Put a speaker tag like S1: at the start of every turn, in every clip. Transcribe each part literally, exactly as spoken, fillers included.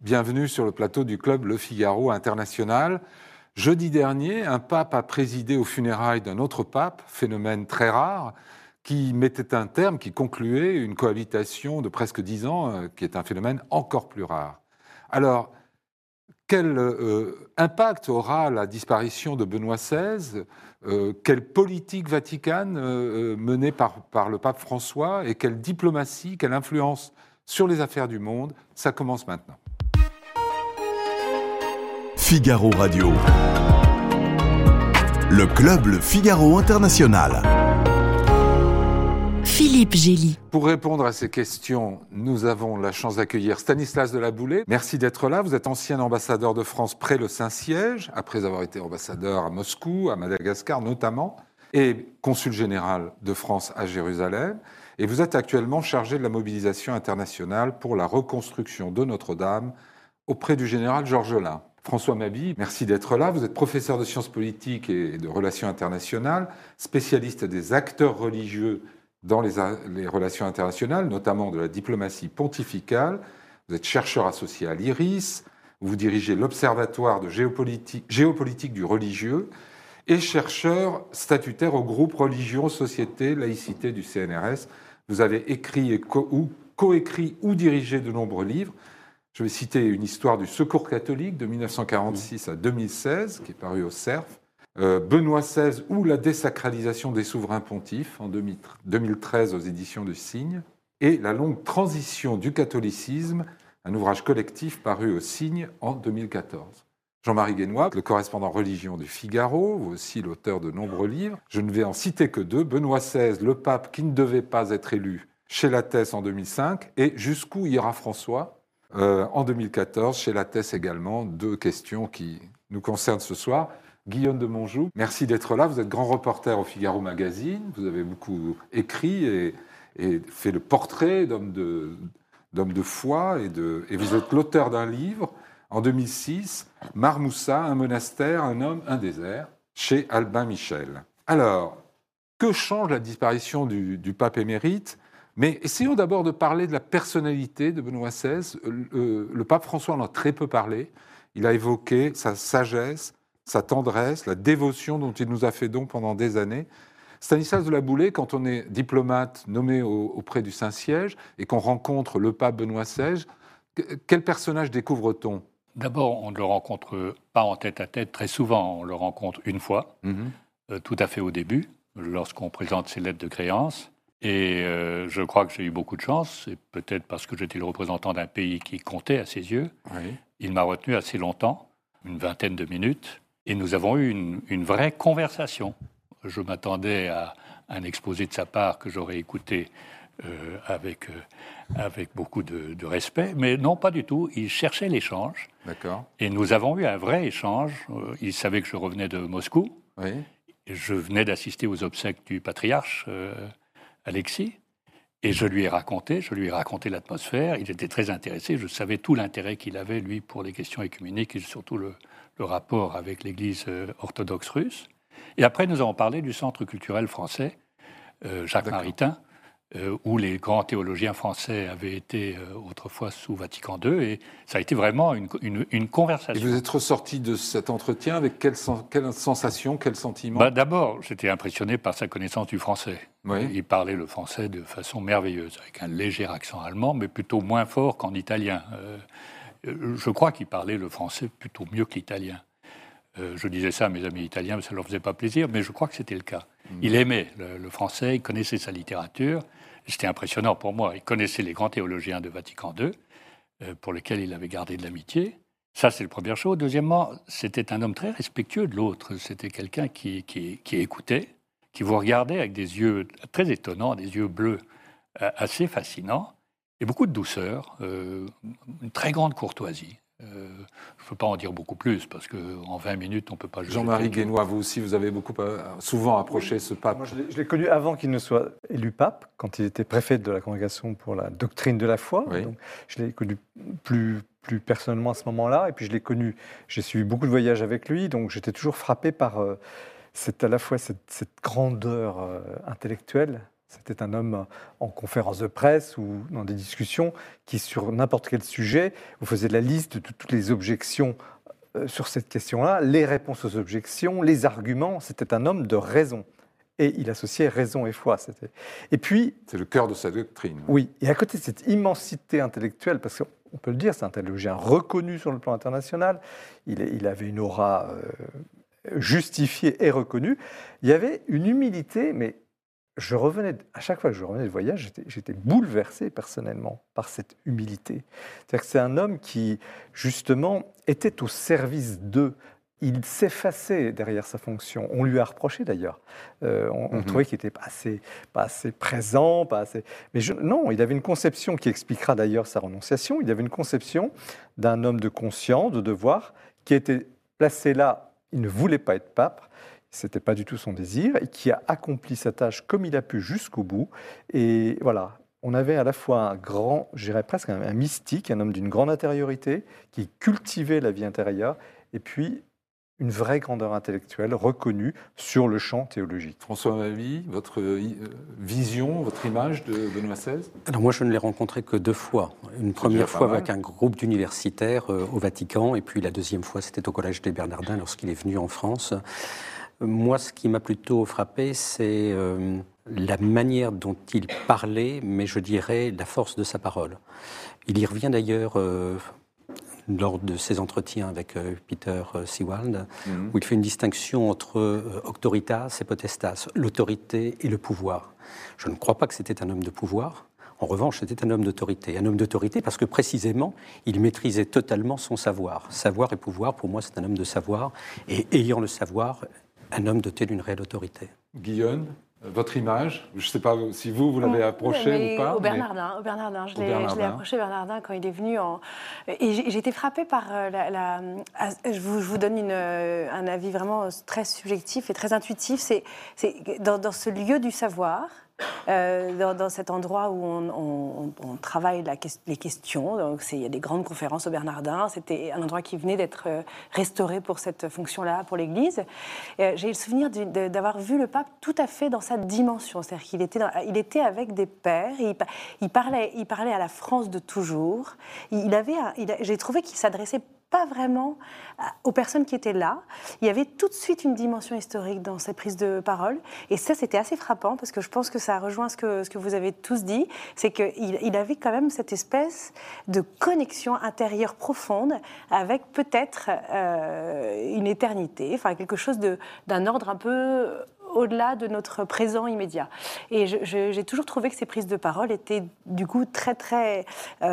S1: Bienvenue sur le plateau du club Le Figaro International. Jeudi dernier, un pape a présidé aux funérailles d'un autre pape, phénomène très rare, qui mettait un terme, qui concluait une cohabitation de presque dix ans, qui est un phénomène encore plus rare. Alors, quel euh, impact aura la disparition de Benoît seize euh, Quelle politique vaticane euh, menée par, par le pape François et quelle diplomatie, quelle influence sur les affaires du monde? Ça commence maintenant.
S2: Figaro Radio. Le club Le Figaro International.
S3: Philippe Gély.
S1: Pour répondre à ces questions, nous avons la chance d'accueillir Stanislas de La Boulay. Merci d'être là. Vous êtes ancien ambassadeur de France près le Saint-Siège, après avoir été ambassadeur à Moscou, à Madagascar notamment, et consul général de France à Jérusalem. Et vous êtes actuellement chargé de la mobilisation internationale pour la reconstruction de Notre-Dame auprès du général Georges Lain. François Mabille, merci d'être là. Vous êtes professeur de sciences politiques et de relations internationales, spécialiste des acteurs religieux dans les, les relations internationales, notamment de la diplomatie pontificale. Vous êtes chercheur associé à l'I R I S, vous dirigez l'Observatoire de géopolitique, géopolitique du religieux et chercheur statutaire au groupe Religion, Société, Laïcité du C N R S. Vous avez écrit et co- ou coécrit ou dirigé de nombreux livres. Je vais citer une histoire du Secours catholique de dix-neuf cent quarante-six à deux mille seize, qui est paru au Cerf. Euh, Benoît seize ou la désacralisation des souverains pontifes en deux mille treize aux éditions du Cygne. Et La longue transition du catholicisme, un ouvrage collectif paru au Cygne en deux mille quatorze. Jean-Marie Guénois, le correspondant religion du Figaro, vous aussi l'auteur de nombreux livres. Je ne vais en citer que deux. Benoît seize, le pape qui ne devait pas être élu, chez Lattès en deux mille cinq, et Jusqu'où ira François euh, en deux mille quatorze, chez Lattès également. Deux questions qui nous concernent ce soir. Guillaume de Monjou, merci d'être là. Vous êtes grand reporter au Figaro Magazine. Vous avez beaucoup écrit et, et fait le portrait d'hommes de, d'hommes de foi. Et, de, et vous êtes l'auteur d'un livre, en deux mille six, Marmoussa, un monastère, un homme, un désert, chez Albin Michel. Alors, que change la disparition du, du pape émérite? Mais essayons d'abord de parler de la personnalité de Benoît seize. Le, le pape François en a très peu parlé. Il a évoqué sa sagesse, sa tendresse, la dévotion dont il nous a fait don pendant des années. Stanislas de La Boulay, quand on est diplomate nommé au, auprès du Saint-Siège et qu'on rencontre le pape Benoît seize, quel personnage découvre-t-on?
S4: D'abord, on ne le rencontre pas en tête-à-tête très souvent. On le rencontre une fois, mmh. euh, tout à fait au début, lorsqu'on présente ses lettres de créance. Et euh, je crois que j'ai eu beaucoup de chance, et peut-être parce que j'étais le représentant d'un pays qui comptait à ses yeux. Oui. Il m'a retenu assez longtemps, une vingtaine de minutes, et nous avons eu une, une vraie conversation. Je m'attendais à un exposé de sa part que j'aurais écouté euh, avec, euh, avec beaucoup de, de respect, mais non, pas du tout. Il cherchait l'échange.
S1: D'accord.
S4: Et nous avons eu un vrai échange. Il savait que je revenais de Moscou.
S1: Oui.
S4: Et je venais d'assister aux obsèques du patriarche euh, Alexis. Et je lui ai raconté, je lui ai raconté l'atmosphère. Il était très intéressé. Je savais tout l'intérêt qu'il avait, lui, pour les questions écuméniques et surtout le, le rapport avec l'Église euh, orthodoxe russe. Et après, nous avons parlé du Centre culturel français, euh, Jacques D'accord. Maritain, euh, où les grands théologiens français avaient été euh, autrefois sous Vatican deux. Et ça a été vraiment une, une, une conversation.
S1: Et vous êtes ressorti de cet entretien avec quelle, quelle sensation, quel sentiment?
S4: bah, D'abord, j'étais impressionné par sa connaissance du français.
S1: Oui.
S4: Il parlait le français de façon merveilleuse, avec un léger accent allemand, mais plutôt moins fort qu'en italien. Euh, je crois qu'il parlait le français plutôt mieux que l'italien. Euh, je disais ça à mes amis italiens, mais ça ne leur faisait pas plaisir, mais je crois que c'était le cas. Mmh. Il aimait le, le français, il connaissait sa littérature. C'était impressionnant pour moi. Il connaissait les grands théologiens de Vatican deux, euh, pour lesquels il avait gardé de l'amitié. Ça, c'est la première chose. Deuxièmement, c'était un homme très respectueux de l'autre. C'était quelqu'un qui, qui, qui écoutait, qui vous regardait avec des yeux très étonnants, des yeux bleus euh, assez fascinants, et beaucoup de douceur, euh, une très grande courtoisie. Euh, je ne peux pas en dire beaucoup plus, parce qu'en vingt minutes, on ne peut pas...
S1: Jean-Marie Guénois, vous aussi, vous avez beaucoup, euh, souvent approché oui. ce pape.
S5: Moi, je l'ai, je l'ai connu avant qu'il ne soit élu pape, quand il était préfet de la Congrégation pour la doctrine de la foi.
S1: Oui.
S5: Donc, je l'ai connu plus, plus personnellement à ce moment-là, et puis je l'ai connu, j'ai suivi beaucoup de voyages avec lui, donc j'étais toujours frappé par euh, cette, à la fois cette, cette grandeur euh, intellectuelle, C'était un homme en conférence de presse ou dans des discussions qui, sur n'importe quel sujet, vous faisait la liste de toutes les objections euh, sur cette question-là, les réponses aux objections, les arguments. C'était un homme de raison. Et il associait raison et foi. C'était... Et puis...
S1: C'est le cœur de sa doctrine.
S5: Oui. Et à côté de cette immensité intellectuelle, parce qu'on peut le dire, c'est un théologien reconnu sur le plan international, il, il avait une aura euh, justifiée et reconnue, il y avait une humilité, mais... Je revenais, à chaque fois que je revenais de voyage, j'étais, j'étais bouleversé personnellement par cette humilité. C'est-à-dire que c'est un homme qui, justement, était au service d'eux. Il s'effaçait derrière sa fonction. On lui a reproché d'ailleurs. Euh, on, on mm-hmm. trouvait qu'il n'était pas assez, pas assez présent, pas assez... Mais je, non, il avait une conception qui expliquera d'ailleurs sa renonciation. Il avait une conception d'un homme de conscience, de devoir, qui était placé là. Il ne voulait pas être pape. Ce n'était pas du tout son désir, et qui a accompli sa tâche comme il a pu jusqu'au bout. Et voilà, on avait à la fois un grand, je dirais presque un, un mystique, un homme d'une grande intériorité, qui cultivait la vie intérieure, et puis une vraie grandeur intellectuelle reconnue sur le champ théologique.
S1: François Mabille, votre vision, votre image de Benoît seize ?
S3: Alors moi, je ne l'ai rencontré que deux fois. Une première fois avec un groupe d'universitaires euh, au Vatican, et puis la deuxième fois, c'était au Collège des Bernardins lorsqu'il est venu en France. Moi, ce qui m'a plutôt frappé, c'est euh, la manière dont il parlait, mais je dirais la force de sa parole. Il y revient d'ailleurs euh, lors de ses entretiens avec euh, Peter Sewald, mmh. où il fait une distinction entre euh, auctoritas et potestas, l'autorité et le pouvoir. Je ne crois pas que c'était un homme de pouvoir. En revanche, c'était un homme d'autorité. Un homme d'autorité parce que, précisément, il maîtrisait totalement son savoir. Savoir et pouvoir, pour moi, c'est un homme de savoir. Et ayant le savoir, un homme doté d'une réelle autorité.
S1: Guillaume, votre image, je ne sais pas si vous, vous l'avez approché
S6: mais
S1: ou pas.
S6: Au Bernardin, mais... au Bernardin. Je, au l'ai, Bernardin. je l'ai approché Bernardin quand il est venu. En... Et j'ai, j'ai été frappée par la... la... Je, vous, je vous donne une, un avis vraiment très subjectif et très intuitif. C'est, c'est dans, dans ce lieu du savoir, Euh, dans, dans cet endroit où on, on, on travaille la, les questions. Donc c'est, il y a des grandes conférences au Bernardin. C'était un endroit qui venait d'être restauré pour cette fonction-là, pour l'Église. Euh, j'ai le souvenir du, de, d'avoir vu le pape tout à fait dans sa dimension. C'est-à-dire qu'il était, dans, il était avec des pairs. Il, il, parlait, il parlait à la France de toujours. Il avait, un, il, j'ai trouvé qu'il s'adressait pas vraiment aux personnes qui étaient là. Il y avait tout de suite une dimension historique dans ses prises de parole. Et ça, c'était assez frappant, parce que je pense que ça rejoint ce que, ce que vous avez tous dit, c'est qu'il il avait quand même cette espèce de connexion intérieure profonde avec peut-être euh, une éternité, enfin quelque chose de, d'un ordre un peu au-delà de notre présent immédiat. Et je, je, j'ai toujours trouvé que ces prises de parole étaient du coup très très euh,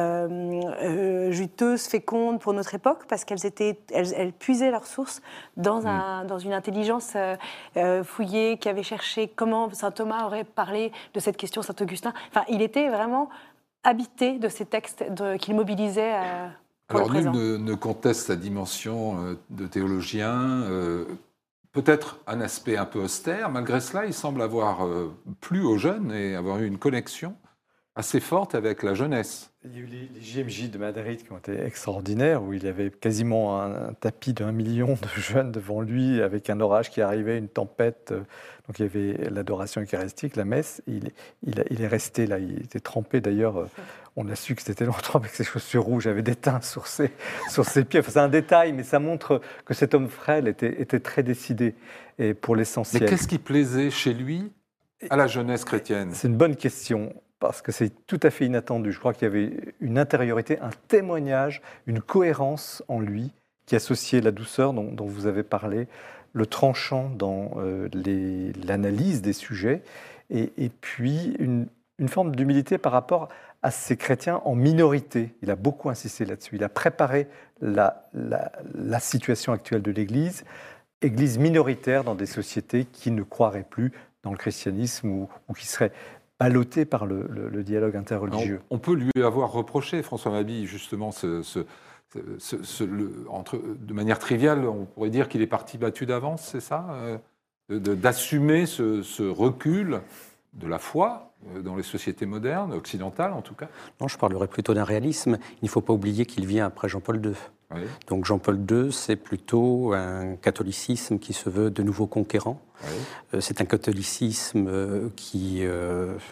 S6: euh, juteuses, fécondes pour notre époque, parce qu'elles étaient, elles, elles puisaient leurs sources dans, un, mmh. dans une intelligence euh, fouillée, qui avait cherché comment saint Thomas aurait parlé de cette question, saint Augustin. Enfin, il était vraiment habité de ces textes de, qu'il mobilisait euh, pour
S1: Alors,
S6: le présent.
S1: nul ne, ne conteste sa dimension euh, de théologien. Euh, Peut-être un aspect un peu austère, malgré cela, il semble avoir euh, plu aux jeunes et avoir eu une connexion assez forte avec la jeunesse.
S5: Il y a eu les, les J M J de Madrid qui ont été extraordinaires, où il y avait quasiment un, un tapis d'un million de jeunes devant lui, avec un orage qui arrivait, une tempête. Donc il y avait l'adoration eucharistique, la messe. Il, il, il est resté là, il était trempé d'ailleurs. On a su que c'était longtemps avec ses chaussures rouges, avait des teints sur ses, sur ses pieds. Enfin, c'est un détail, mais ça montre que cet homme frêle était, était très décidé et pour l'essentiel.
S1: Mais qu'est-ce qui plaisait chez lui à la jeunesse chrétienne ?
S5: C'est une bonne question, parce que c'est tout à fait inattendu. Je crois qu'il y avait une intériorité, un témoignage, une cohérence en lui qui associait la douceur dont, dont vous avez parlé, le tranchant dans euh, les, l'analyse des sujets, et, et puis une, une forme d'humilité par rapport à ces chrétiens en minorité. Il a beaucoup insisté là-dessus. Il a préparé la, la, la situation actuelle de l'Église, Église minoritaire dans des sociétés qui ne croiraient plus dans le christianisme ou, ou qui seraient ballottées par le, le, le dialogue interreligieux.
S1: On, on peut lui avoir reproché, François Mabille, justement, ce, ce, ce, ce, le, entre, de manière triviale, on pourrait dire qu'il est parti battu d'avance, c'est ça euh, de, de, d'assumer ce, ce recul de la foi dans les sociétés modernes, occidentales en tout cas.
S3: Non, je parlerais plutôt d'un réalisme. Il ne faut pas oublier qu'il vient après Jean-Paul deux. Oui. Donc Jean-Paul deux, c'est plutôt un catholicisme qui se veut de nouveau conquérant. Oui. C'est un catholicisme qui, euh,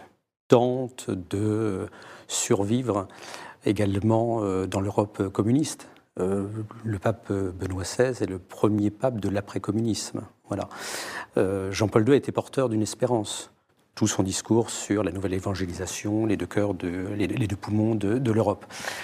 S3: tente de survivre également dans l'Europe communiste. Le pape Benoît seize est le premier pape de l'après-communisme. Voilà. Jean-Paul deux était porteur d'une espérance. Tout son discours sur la nouvelle évangélisation, les deux cœurs, de, les, les deux poumons de, de l'Europe.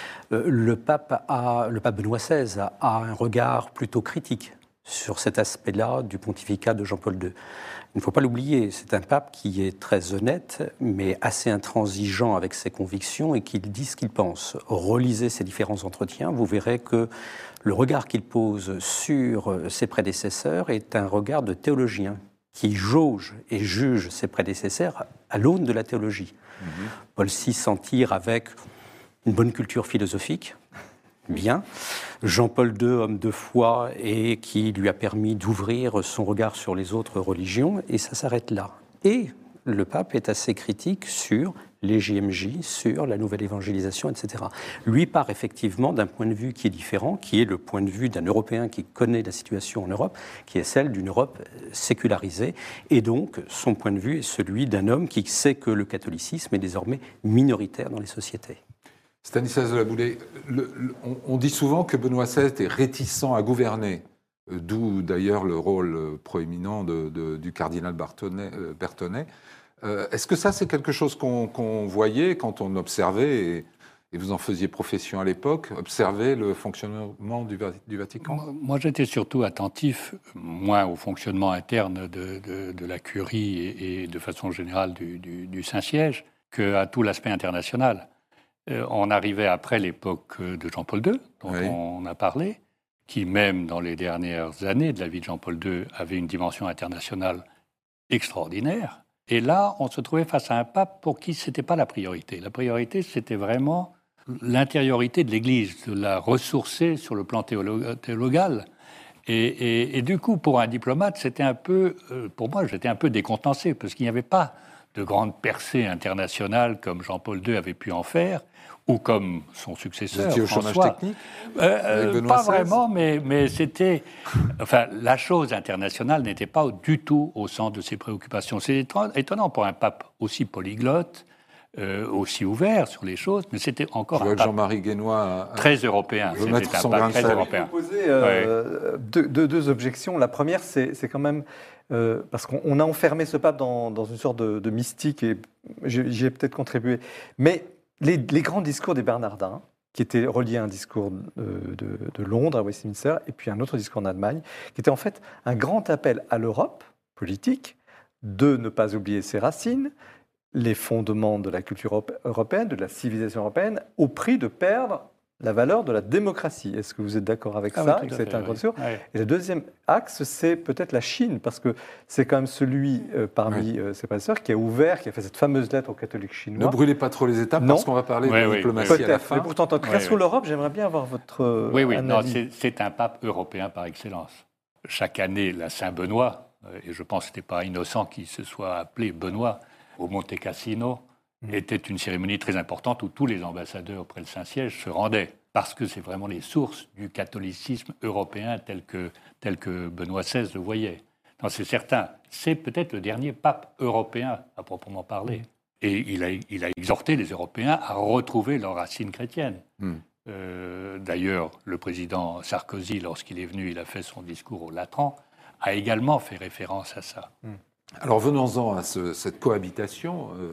S3: Le pape, a, le pape Benoît seize a, a un regard plutôt critique sur cet aspect-là du pontificat de Jean-Paul deux. Il ne faut pas l'oublier, c'est un pape qui est très honnête, mais assez intransigeant avec ses convictions et qui dit ce qu'il pense. Relisez ses différents entretiens, vous verrez que le regard qu'il pose sur ses prédécesseurs est un regard de théologien qui jauge et juge ses prédécesseurs à l'aune de la théologie. Mmh. Paul six s'en tire avec une bonne culture philosophique, bien. Jean-Paul deux, homme de foi, et qui lui a permis d'ouvrir son regard sur les autres religions, et ça s'arrête là. Et le pape est assez critique sur les J M J, sur la nouvelle évangélisation, et cetera. Lui part effectivement d'un point de vue qui est différent, qui est le point de vue d'un Européen qui connaît la situation en Europe, qui est celle d'une Europe sécularisée, et donc son point de vue est celui d'un homme qui sait que le catholicisme est désormais minoritaire dans les sociétés.
S1: Stanislas de la Boulay, le, le, on, on dit souvent que Benoît seize était réticent à gouverner, euh, d'où d'ailleurs le rôle euh, proéminent de, de, du cardinal Bertonnet. Euh, Bertonnet. Euh, est-ce que ça, c'est quelque chose qu'on, qu'on voyait quand on observait, et, et vous en faisiez profession à l'époque, observer le fonctionnement du, du Vatican ?
S4: Moi, moi, j'étais surtout attentif, moins au fonctionnement interne de, de, de la curie et, et de façon générale du, du, du Saint-Siège, qu'à tout l'aspect international. Euh, on arrivait après l'époque de Jean-Paul deux, dont oui. on a parlé, qui même dans les dernières années de la vie de Jean-Paul deux avait une dimension internationale extraordinaire. Et là, on se trouvait face à un pape pour qui ce n'était pas la priorité. La priorité, c'était vraiment l'intériorité de l'Église, de la ressourcer sur le plan théolo- théologal. Et, et, et du coup, pour un diplomate, c'était un peu, euh, pour moi, j'étais un peu décontenancé, parce qu'il n'y avait pas de grande percée internationale comme Jean-Paul deux avait pu en faire, ou comme son successeur,
S1: Vous étiez au
S4: François.
S1: chômage technique
S4: euh, euh, Pas vraiment, mais, mais c'était... Enfin, la chose internationale n'était pas du tout au centre de ses préoccupations. C'est étonnant pour un pape aussi polyglotte, euh, aussi ouvert sur les choses, mais c'était encore
S1: Je
S4: un
S1: pape Jean-Marie Guénois
S4: très européen.
S1: C'était un
S4: son
S1: pape
S4: très européen.
S5: Je vais poser euh, ouais. deux, deux, deux objections. La première, c'est, c'est quand même... Euh, parce qu'on a enfermé ce pape dans, dans une sorte de, de mystique, et j'y ai peut-être contribué. Mais les, les grands discours des Bernardins, qui étaient reliés à un discours de, de, de Londres, à Westminster, et puis un autre discours en Allemagne, qui était en fait un grand appel à l'Europe politique de ne pas oublier ses racines, les fondements de la culture européenne, de la civilisation européenne, au prix de perdre la valeur de la démocratie. Est-ce que vous êtes d'accord avec ah ça oui, c'est un grand discours. Oui. Et le deuxième axe, c'est peut-être la Chine, parce que c'est quand même celui euh, parmi oui. euh, ses professeurs qui a ouvert, qui a fait cette fameuse lettre aux catholiques chinois.
S1: Ne brûlez pas trop les étapes, non. Parce qu'on va parler oui, de la diplomatie
S5: oui.
S1: à la fin.
S5: Mais pourtant, en tant que oui, sur oui. l'Europe, j'aimerais bien avoir votre euh,
S4: Oui, oui,
S5: analyse.
S4: non, c'est, c'est un pape européen par excellence. Chaque année, la Saint-Benoît, euh, et je pense que ce n'était pas innocent qu'il se soit appelé Benoît, au Monte Cassino, mmh. était une cérémonie très importante où tous les ambassadeurs auprès du Saint-Siège se rendaient. Parce que c'est vraiment les sources du catholicisme européen tel que, tel que Benoît seize le voyait. Non, c'est certain, c'est peut-être le dernier pape européen à proprement parler. Et il a, il a exhorté les Européens à retrouver leurs racines chrétiennes. Mm. Euh, d'ailleurs, le président Sarkozy, lorsqu'il est venu, il a fait son discours au Latran, a également fait référence à ça. Mm.
S1: Alors venons-en à ce, cette cohabitation euh,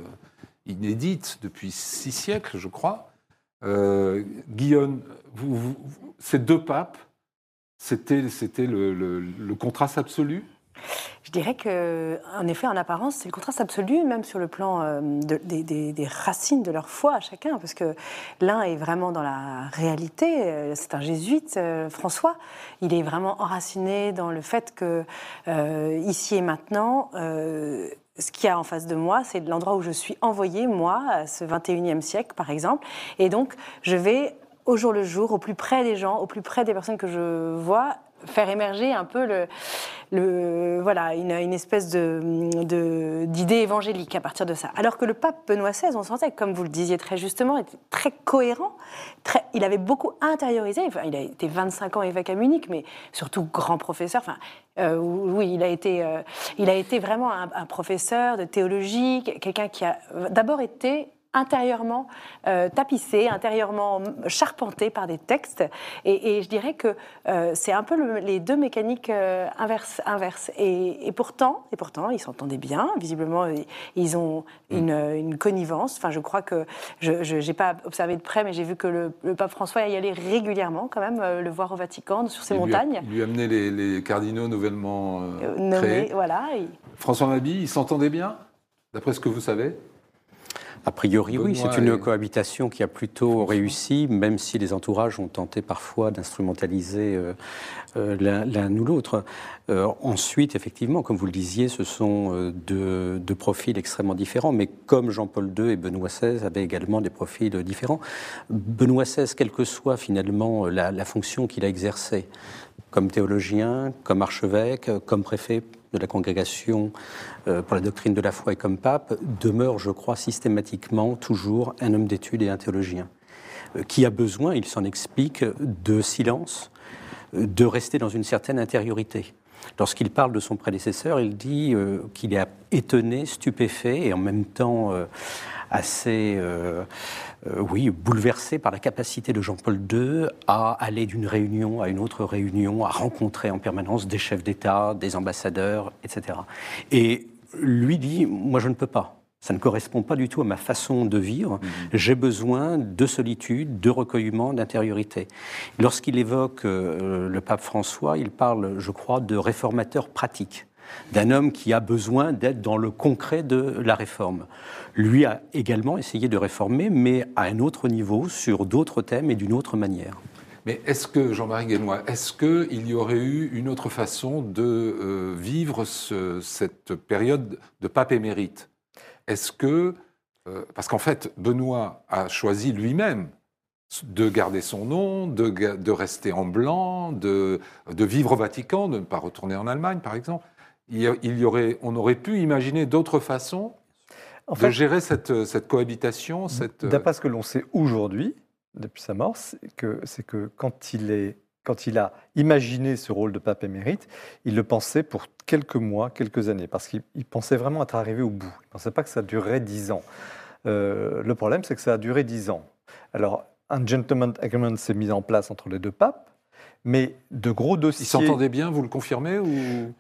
S1: inédite depuis six siècles, je crois. Euh, Guillaume, vous, vous, ces deux papes, c'était, c'était le, le, le contraste absolu ?
S6: Je dirais qu'en effet, en apparence, c'est le contraste absolu, même sur le plan euh, de, des, des, des racines de leur foi à chacun, parce que l'un est vraiment dans la réalité, c'est un jésuite, euh, François, il est vraiment enraciné dans le fait que, euh, ici et maintenant, euh, ce qu'il y a en face de moi, c'est l'endroit où je suis envoyée, moi, à ce vingt et unième siècle, par exemple. Et donc, je vais au jour le jour, au plus près des gens, au plus près des personnes que je vois, faire émerger un peu le, le, voilà, une, une espèce de, de, d'idée évangélique à partir de ça. Alors que le pape Benoît seize, on sentait, comme vous le disiez très justement, était très cohérent, très, il avait beaucoup intériorisé, enfin, il a été vingt-cinq ans évêque à Munich, mais surtout grand professeur, enfin, euh, oui, il a été, euh, il a été vraiment un, un professeur de théologie, quelqu'un qui a d'abord été intérieurement euh, tapissé, intérieurement charpenté par des textes. Et, et je dirais que euh, c'est un peu le, les deux mécaniques euh, inverses. inverses. Et, et, pourtant, et pourtant, ils s'entendaient bien. Visiblement, ils ont une, une connivence. Enfin, je crois que... Je n'ai pas observé de près, mais j'ai vu que le, le pape François y allait régulièrement, quand même, euh, le voir au Vatican, sur ses
S1: il
S6: montagnes.
S1: Lui a, il lui amenait les, les cardinaux nouvellement euh,
S6: Nommé,
S1: créés.
S6: Voilà. Et...
S1: François Mabille, ils s'entendaient bien, d'après ce que vous savez?
S3: A priori,
S1: Benoît
S3: oui, c'est une
S1: et...
S3: cohabitation qui a plutôt François. réussi, même si les entourages ont tenté parfois d'instrumentaliser euh, euh, l'un, l'un ou l'autre. Euh, ensuite, effectivement, comme vous le disiez, ce sont euh, deux, deux profils extrêmement différents, mais comme Jean-Paul deux et Benoît seize avaient également des profils différents. Benoît seize, quelle que soit finalement la, la fonction qu'il a exercée, comme théologien, comme archevêque, comme préfet de la congrégation pour la doctrine de la foi et comme pape, demeure, je crois, systématiquement toujours un homme d'étude et un théologien, qui a besoin, il s'en explique, de silence, de rester dans une certaine intériorité. Lorsqu'il parle de son prédécesseur, il dit euh, qu'il est étonné, stupéfait et en même temps euh, assez euh, euh, oui, bouleversé par la capacité de Jean-Paul deux à aller d'une réunion à une autre réunion, à rencontrer en permanence des chefs d'État, des ambassadeurs, et cetera. Et lui dit, moi je ne peux pas. Ça ne correspond pas du tout à ma façon de vivre. Mmh. J'ai besoin de solitude, de recueillement, d'intériorité. Lorsqu'il évoque euh, le pape François, il parle, je crois, de réformateur pratique, d'un homme qui a besoin d'être dans le concret de la réforme. Lui a également essayé de réformer, mais à un autre niveau, sur d'autres thèmes et d'une autre manière.
S1: Mais est-ce que, Jean-Marie Guénois, est-ce qu'il y aurait eu une autre façon de euh, vivre ce, cette période de pape émérite ? Est-ce que, euh, parce qu'en fait, Benoît a choisi lui-même de garder son nom, de, de rester en blanc, de, de vivre au Vatican, de ne pas retourner en Allemagne, par exemple. Il y, il y aurait, on aurait pu imaginer d'autres façons en fait, de gérer cette, cette cohabitation. Cette...
S5: D'après ce que l'on sait aujourd'hui, depuis sa mort, c'est que, c'est que quand il est... Quand il a imaginé ce rôle de pape émérite, il le pensait pour quelques mois, quelques années, parce qu'il pensait vraiment être arrivé au bout. Il ne pensait pas que ça durerait dix ans. Euh, le problème, c'est que ça a duré dix ans. Alors, un gentleman agreement s'est mis en place entre les deux papes, mais de gros dossiers...
S1: Ils s'entendaient bien, vous le confirmez ou...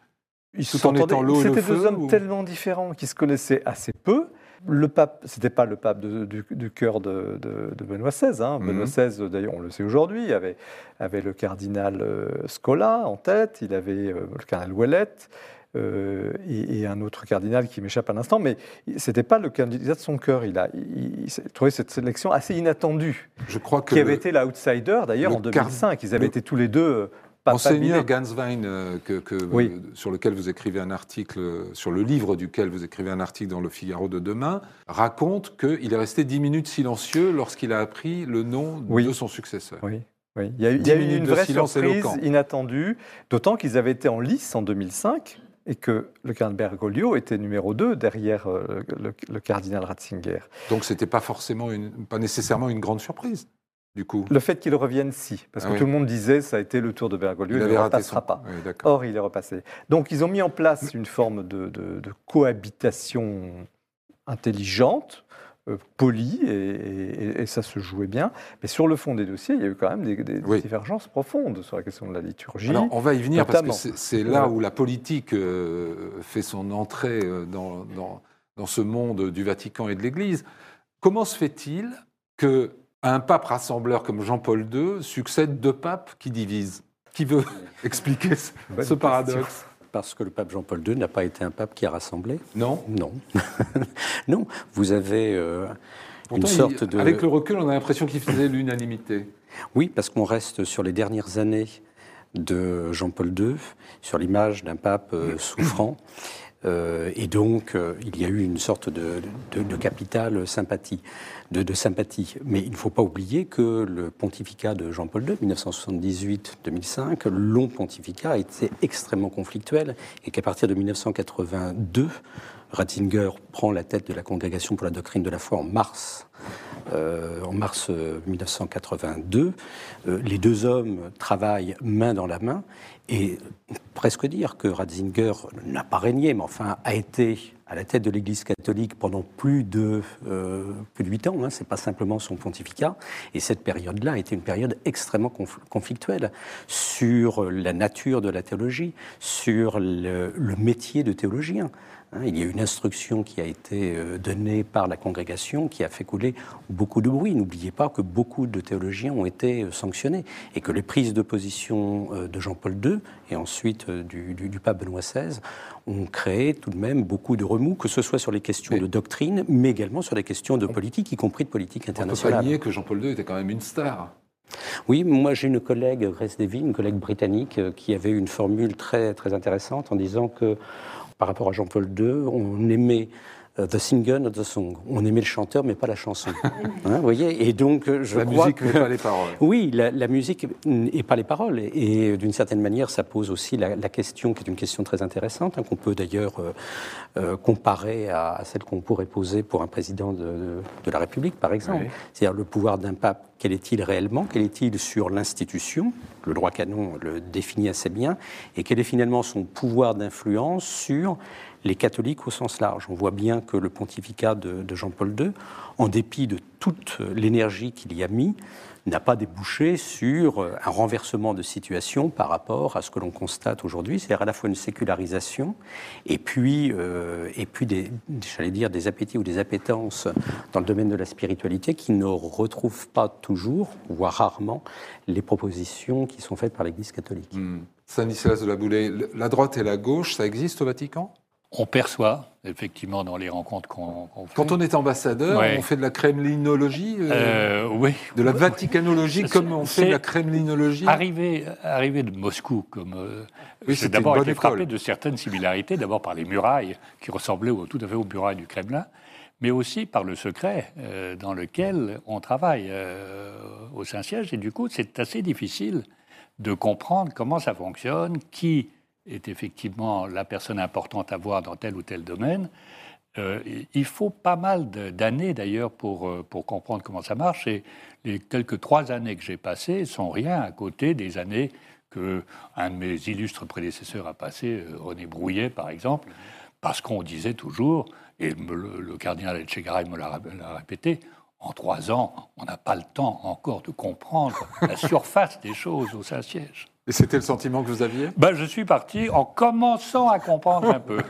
S5: Ils tout en étant l'eau et le feu. C'était deux hommes ou... tellement différents qui se connaissaient assez peu. Le pape, c'était pas le pape de, du, du cœur de, de, de Benoît seize. Hein. Mm-hmm. Benoît seize, d'ailleurs, on le sait aujourd'hui, avait, avait le cardinal euh, Scola en tête, il avait euh, le cardinal Ouellette euh, et, et un autre cardinal qui m'échappe à l'instant, mais c'était pas le candidat de son cœur. Il a il, il trouvé cette sélection assez inattendue.
S1: Je crois que
S5: qui avait le, été l'outsider, d'ailleurs, en deux mille cinq. Ils avaient le, été tous les deux. Euh,
S1: Monseigneur Ganswein, euh, que, que, oui. euh, sur lequel vous écrivez un article, euh, sur le livre duquel vous écrivez un article dans le Figaro de demain, raconte qu'il est resté dix minutes silencieux lorsqu'il a appris le nom oui. de son successeur.
S5: Oui, oui. Il y a eu, il y a eu une vraie surprise éloquent. inattendue, d'autant qu'ils avaient été en lice en deux mille cinq et que le cardinal Bergoglio était numéro deux derrière euh, le, le cardinal Ratzinger.
S1: Donc c'était pas forcément, une, pas nécessairement une grande surprise. Du coup.
S5: Le fait qu'il revienne, si. Parce que ah oui. tout le monde disait ça a été le tour de Bergoglio, il, il ne repassera son... pas. Oui, Or, il est repassé. Donc, ils ont mis en place une forme de, de, de cohabitation intelligente, euh, polie, et, et, et ça se jouait bien. Mais sur le fond des dossiers, il y a eu quand même des, des oui. divergences profondes sur la question de la liturgie.
S1: Alors, on va y venir notamment. Parce que c'est, c'est là où la politique euh, fait son entrée dans, dans, dans ce monde du Vatican et de l'Église. Comment se fait-il que à un pape rassembleur comme Jean-Paul deux succèdent deux papes qui divisent? Qui veut expliquer ce, ce paradoxe?
S3: Parce que le pape Jean-Paul deux n'a pas été un pape qui a rassemblé.
S1: Non.
S3: Non. Non. Vous avez euh,
S1: Pourtant,
S3: une sorte
S1: il,
S3: de...
S1: Avec le recul, on a l'impression qu'il faisait l'unanimité.
S3: Oui, parce qu'on reste sur les dernières années de Jean-Paul deux, sur l'image d'un pape euh, souffrant. Euh, et donc, euh, il y a eu une sorte de, de, de capital sympathie, de, de sympathie. Mais il ne faut pas oublier que le pontificat de Jean-Paul deux, mille neuf cent soixante-dix-huit à deux mille cinq, long pontificat, a été extrêmement conflictuel et qu'à partir de mille neuf cent quatre-vingt-deux, Ratzinger prend la tête de la Congrégation pour la doctrine de la foi en mars. Euh, en mars euh, mille neuf cent quatre-vingt-deux, euh, les deux hommes travaillent main dans la main et on peut presque dire que Ratzinger n'a pas régné, mais enfin a été à la tête de l'Église catholique pendant plus de, euh, plus de huit ans, hein, c'est pas simplement son pontificat, et cette période-là a été une période extrêmement conf- conflictuelle sur la nature de la théologie, sur le, le métier de théologien. Il y a une instruction qui a été donnée par la congrégation qui a fait couler beaucoup de bruit. N'oubliez pas que beaucoup de théologiens ont été sanctionnés et que les prises de position de Jean-Paul deux et ensuite du, du, du pape Benoît seize ont créé tout de même beaucoup de remous, que ce soit sur les questions mais, de doctrine, mais également sur les questions de politique, y compris de politique internationale.
S1: On ne peut pas nier que Jean-Paul deux était quand même une star.
S3: Oui, moi j'ai une collègue, Grace Davy, une collègue britannique, qui avait une formule très, très intéressante en disant que par rapport à Jean-Paul deux, on aimait uh, the singer, not the song. On aimait le chanteur, mais pas la chanson. Hein, vous voyez. Et donc, je
S1: la
S3: crois
S1: musique,
S3: que
S1: mais pas les paroles.
S3: Oui, la, la musique et pas les paroles. Et, et d'une certaine manière, ça pose aussi la, la question, qui est une question très intéressante, hein, qu'on peut d'ailleurs euh, euh, comparer à, à celle qu'on pourrait poser pour un président de, de, de la République, par exemple. Oui. C'est-à-dire le pouvoir d'un pape. Quel est-il réellement? Quel est-il sur l'institution? Le droit canon le définit assez bien. Et quel est finalement son pouvoir d'influence sur les catholiques au sens large? On voit bien que le pontificat de, de Jean-Paul deux, en dépit de toute l'énergie qu'il y a mis, n'a pas débouché sur un renversement de situation par rapport à ce que l'on constate aujourd'hui, c'est-à-dire à la fois une sécularisation et puis, euh, et puis des, j'allais dire, des appétits ou des appétences dans le domaine de la spiritualité qui ne retrouvent pas toujours, voire rarement, les propositions qui sont faites par l'Église catholique.
S1: Mmh. Stanislas de la Boulay, la droite et la gauche, ça existe au Vatican ?
S4: On perçoit, effectivement, dans les rencontres qu'on, qu'on fait.
S1: Quand on est ambassadeur, ouais. on fait de la kremlinologie euh, euh,
S4: Oui.
S1: De la vaticanologie, comme on fait de la kremlinologie.
S4: Arrivé, arrivé de Moscou, comme, euh, oui, j'ai d'abord été école. frappé de certaines similarités, d'abord par les murailles, qui ressemblaient au, tout à fait aux murailles du Kremlin, mais aussi par le secret euh, dans lequel on travaille euh, au Saint-Siège. Et du coup, c'est assez difficile de comprendre comment ça fonctionne, qui est effectivement la personne importante à voir dans tel ou tel domaine. Euh, il faut pas mal de, d'années, d'ailleurs, pour, pour comprendre comment ça marche. Et les quelques trois années que j'ai passées sont rien à côté des années qu'un de mes illustres prédécesseurs a passées, René Brouillet, par exemple, parce qu'on disait toujours, et le, le cardinal Etchegaray me l'a, l'a répété, en trois ans, on n'a pas le temps encore de comprendre la surface des choses au Saint-Siège.
S1: Et c'était le sentiment que vous aviez ?
S4: Ben, je suis parti en commençant à comprendre un peu.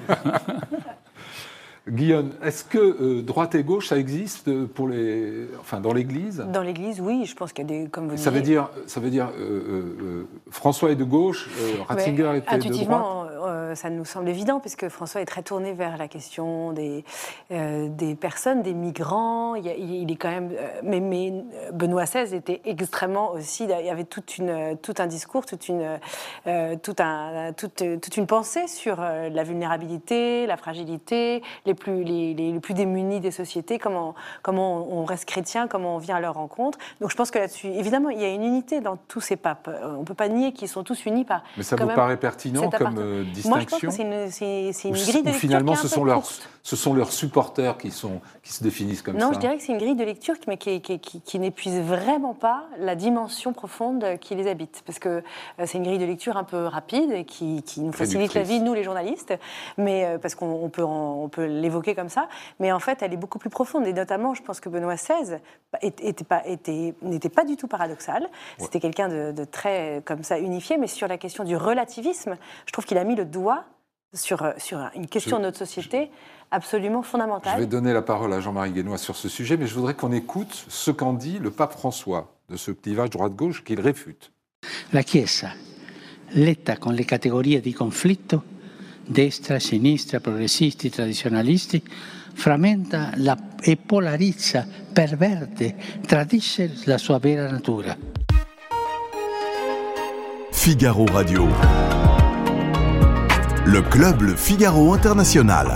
S1: Guillaume, est-ce que euh, droite et gauche, ça existe pour les, enfin, dans l'Église ?
S6: Dans l'Église, oui. Je pense qu'il y a des, comme vous
S1: ça
S6: disiez...
S1: veut dire, ça veut dire, euh, euh, François est de gauche, euh, Ratzinger
S6: Mais,
S1: était de droite.
S6: Euh, ça nous semble évident, puisque François est très tourné vers la question des, euh, des personnes, des migrants. Il, y a, il, il est quand même, euh, mais, mais Benoît seize était extrêmement aussi. Il y avait toute une, tout un discours, toute une, euh, tout un, toute, toute une pensée sur euh, la vulnérabilité, la fragilité, les plus, les, les, les plus démunis des sociétés. Comment, comment on reste chrétien, comment on vient à leur rencontre. Donc je pense que là-dessus, évidemment, il y a une unité dans tous ces papes. On ne peut pas nier qu'ils sont tous unis par.
S1: Mais ça vous paraît pertinent comme euh, distinction ?
S6: Moi, je pense que c'est une, c'est, c'est une grille de lecture
S1: finalement,
S6: qui est un
S1: ce,
S6: peu
S1: sont leurs,
S6: courte.
S1: ce sont leurs supporters qui, sont, qui se définissent comme
S6: non,
S1: ça.
S6: Non, je dirais que c'est une grille de lecture mais qui, qui, qui, qui n'épuise vraiment pas la dimension profonde qui les habite. Parce que euh, c'est une grille de lecture un peu rapide et qui, qui nous facilite la vie, nous les journalistes, mais, euh, parce qu'on on peut, en, on peut l'évoquer comme ça. Mais en fait, elle est beaucoup plus profonde. Et notamment, je pense que Benoît seize était pas, était, n'était pas du tout paradoxal. Ouais. C'était quelqu'un de, de très comme ça, unifié. Mais sur la question du relativisme, je trouve qu'il a mis le doigt Sur, sur une question je, de notre société absolument fondamentale.
S1: Je vais donner la parole à Jean-Marie Guénois sur ce sujet, mais je voudrais qu'on écoute ce qu'en dit le pape François de ce clivage droite-gauche qu'il réfute.
S7: La Chiesa, letta con le categorie di conflitto, destra, sinistra, progressisti, tradizionalisti, frammenta la, e polarizza, perverte, tradisce la sua vera natura.
S2: Figaro Radio. Le Club Le Figaro International.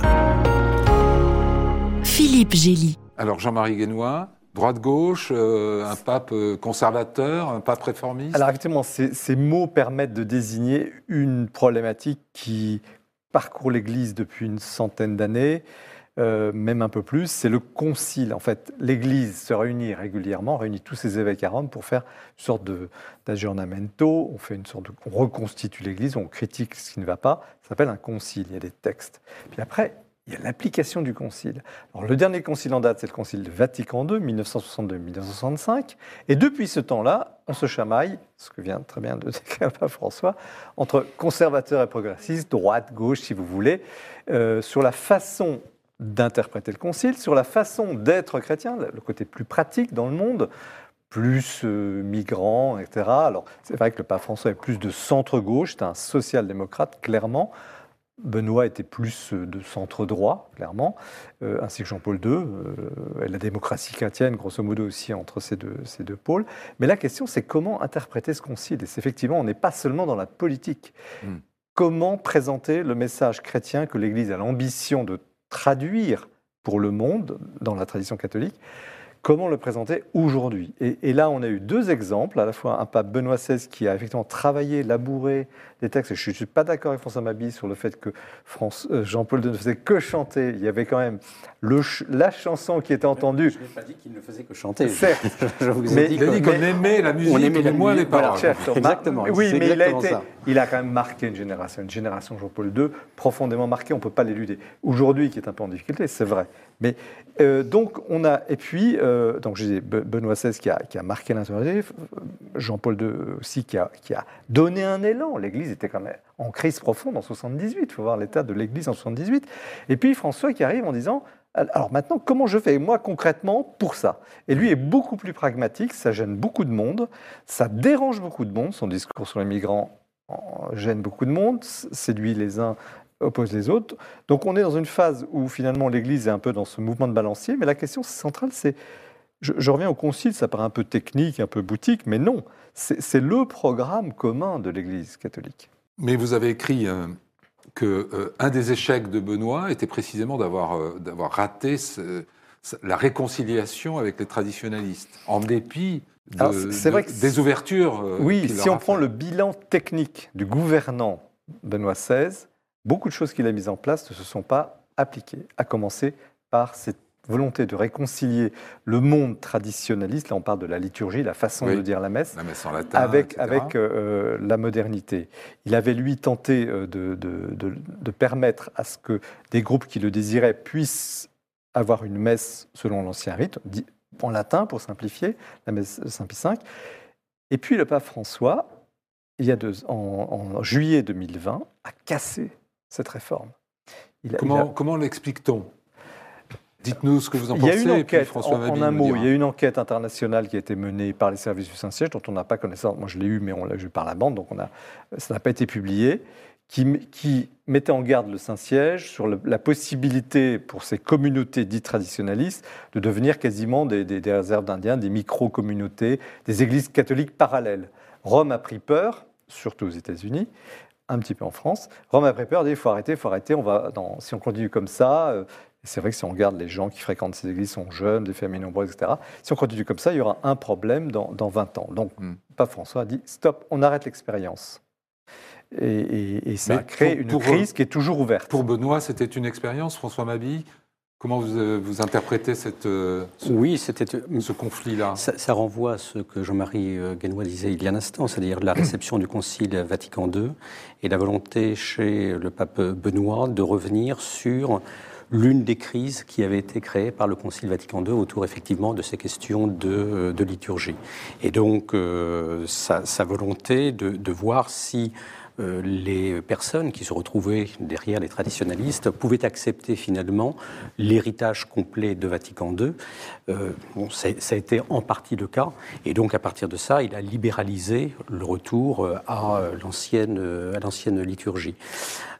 S8: Philippe Gély.
S1: Alors Jean-Marie Guénois, droite-gauche, euh, un pape conservateur, un pape réformiste?
S5: Alors effectivement, ces, ces mots permettent de désigner une problématique qui parcourt l'Église depuis une centaine d'années, euh, même un peu plus, c'est le concile. En fait, l'Église se réunit régulièrement, réunit tous ses évêques à Rome pour faire une sorte de, d'aggiornamento, on, fait une sorte de, on reconstitue l'Église, on critique ce qui ne va pas, ça s'appelle un concile, il y a des textes. Puis après, il y a l'application du concile. Alors, le dernier concile en date, c'est le concile de Vatican deux, mille neuf cent soixante-deux mille neuf cent soixante-cinq. Et depuis ce temps-là, on se chamaille, ce que vient très bien de décrire Pape François, entre conservateurs et progressistes, droite, gauche, si vous voulez, euh, sur la façon d'interpréter le concile, sur la façon d'être chrétien, le côté plus pratique dans le monde, plus euh, migrant, et cetera. Alors, c'est vrai que le Pape François est plus de centre-gauche, c'est un social-démocrate, clairement. Benoît était plus de centre-droit, clairement, euh, ainsi que Jean-Paul deux, euh, et la démocratie chrétienne, grosso modo, aussi entre ces deux, ces deux pôles. Mais la question, c'est comment interpréter ce concile. Et c'est effectivement, on n'est pas seulement dans la politique. Mm. Comment présenter le message chrétien que l'Église a l'ambition de traduire pour le monde, dans la tradition catholique, comment le présenter aujourd'hui. Et, et là, on a eu deux exemples, à la fois un pape Benoît seize qui a effectivement travaillé, labouré des textes, et je ne suis pas d'accord avec François Mabille sur le fait que France, euh, Jean-Paul deux ne faisait que chanter, il y avait quand même le ch- la chanson qui était entendue.
S3: Je n'ai pas dit qu'il ne faisait que chanter.
S5: Certes.
S3: je vous
S1: mais,
S3: ai dit
S1: il a dit qu'on aimait la musique,
S3: on aimait la
S1: moins
S3: musique,
S1: les paroles.
S5: Voilà,
S3: exactement.
S5: Oui, mais il a, été,
S3: ça.
S5: il a quand même marqué une génération, une génération Jean-Paul deux, profondément marquée, on ne peut pas l'éluder. Aujourd'hui, qui est un peu en difficulté, c'est vrai. Mais euh, donc, on a, et puis, euh, donc j'ai Benoît seize qui a, qui a marqué l'intériorité, Jean-Paul deux aussi qui a, qui a donné un élan. L'Église était quand même en crise profonde en soixante-dix-huit, il faut voir l'état de l'Église en soixante-dix-huit. Et puis François qui arrive en disant, alors maintenant, comment je fais, moi, concrètement, pour ça? Et lui est beaucoup plus pragmatique, ça gêne beaucoup de monde, ça dérange beaucoup de monde, son discours sur les migrants gêne beaucoup de monde, séduit les uns, oppose les autres. Donc on est dans une phase où finalement l'Église est un peu dans ce mouvement de balancier, mais la question centrale, c'est, je, je reviens au concile, ça paraît un peu technique, un peu boutique, mais non, c'est, c'est le programme commun de l'Église catholique.
S1: Mais vous avez écrit euh, que euh, un des échecs de Benoît était précisément d'avoir, euh, d'avoir raté ce, la réconciliation avec les traditionalistes, en dépit de,
S5: Alors, c'est vrai
S1: de,
S5: que
S1: des ouvertures. Euh,
S5: oui, si on prend
S1: fait.
S5: le bilan technique du gouvernant Benoît seize, beaucoup de choses qu'il a mises en place ne se sont pas appliquées, à commencer par cette volonté de réconcilier le monde traditionnaliste, là on parle de la liturgie, la façon oui, de dire la messe,
S1: la messe en latin,
S5: avec, avec euh, la modernité. Il avait lui tenté de, de, de, de permettre à ce que des groupes qui le désiraient puissent avoir une messe selon l'ancien rite, en latin pour simplifier, la messe de Saint Pie cinq. Et puis le pape François, il y a deux, en, en juillet deux mille vingt, a cassé cette réforme. Il a,
S1: comment,
S5: il a...
S1: comment l'explique-t-on ? Dites-nous ce que vous en
S5: il y a
S1: pensez.
S5: Une enquête,
S1: et puis François
S5: en,
S1: Mabille
S5: en un mot,
S1: dira.
S5: il y a une enquête internationale qui a été menée par les services du Saint-Siège, dont on n'a pas connaissance. Moi, je l'ai eu, mais on l'a eu par la bande, donc on a, ça n'a pas été publié, qui, qui mettait en garde le Saint-Siège sur le, la possibilité pour ces communautés dites traditionnalistes de devenir quasiment des, des, des réserves d'Indiens, des micro-communautés, des églises catholiques parallèles. Rome a pris peur, surtout aux États-Unis, un petit peu en France. Rome a pris peur, dit il faut arrêter, il faut arrêter. On va dans, si on continue comme ça, euh, c'est vrai que si on regarde les gens qui fréquentent ces églises sont jeunes, des familles nombreuses, et cetera. Si on continue comme ça, il y aura un problème dans, dans vingt ans. Donc, mm. Pape François a dit stop, on arrête l'expérience. Et, et, et ça Mais a créé pour, une pour, crise qui est toujours ouverte.
S1: Pour Benoît, c'était une expérience, François Mabille. Comment vous, vous interprétez cette, ce,
S3: oui, c'était,
S1: ce conflit-là?
S3: ça, ça renvoie à ce que Jean-Marie Guénois disait il y a un instant, c'est-à-dire la réception du Concile Vatican deux et la volonté chez le pape Benoît de revenir sur l'une des crises qui avait été créée par le Concile Vatican deux autour effectivement de ces questions de, de liturgie. Et donc euh, sa, sa volonté de, de voir si Euh, les personnes qui se retrouvaient derrière les traditionalistes pouvaient accepter finalement l'héritage complet de Vatican deux. Euh, bon, ça a été en partie le cas, et donc à partir de ça, il a libéralisé le retour à l'ancienne, à l'ancienne liturgie.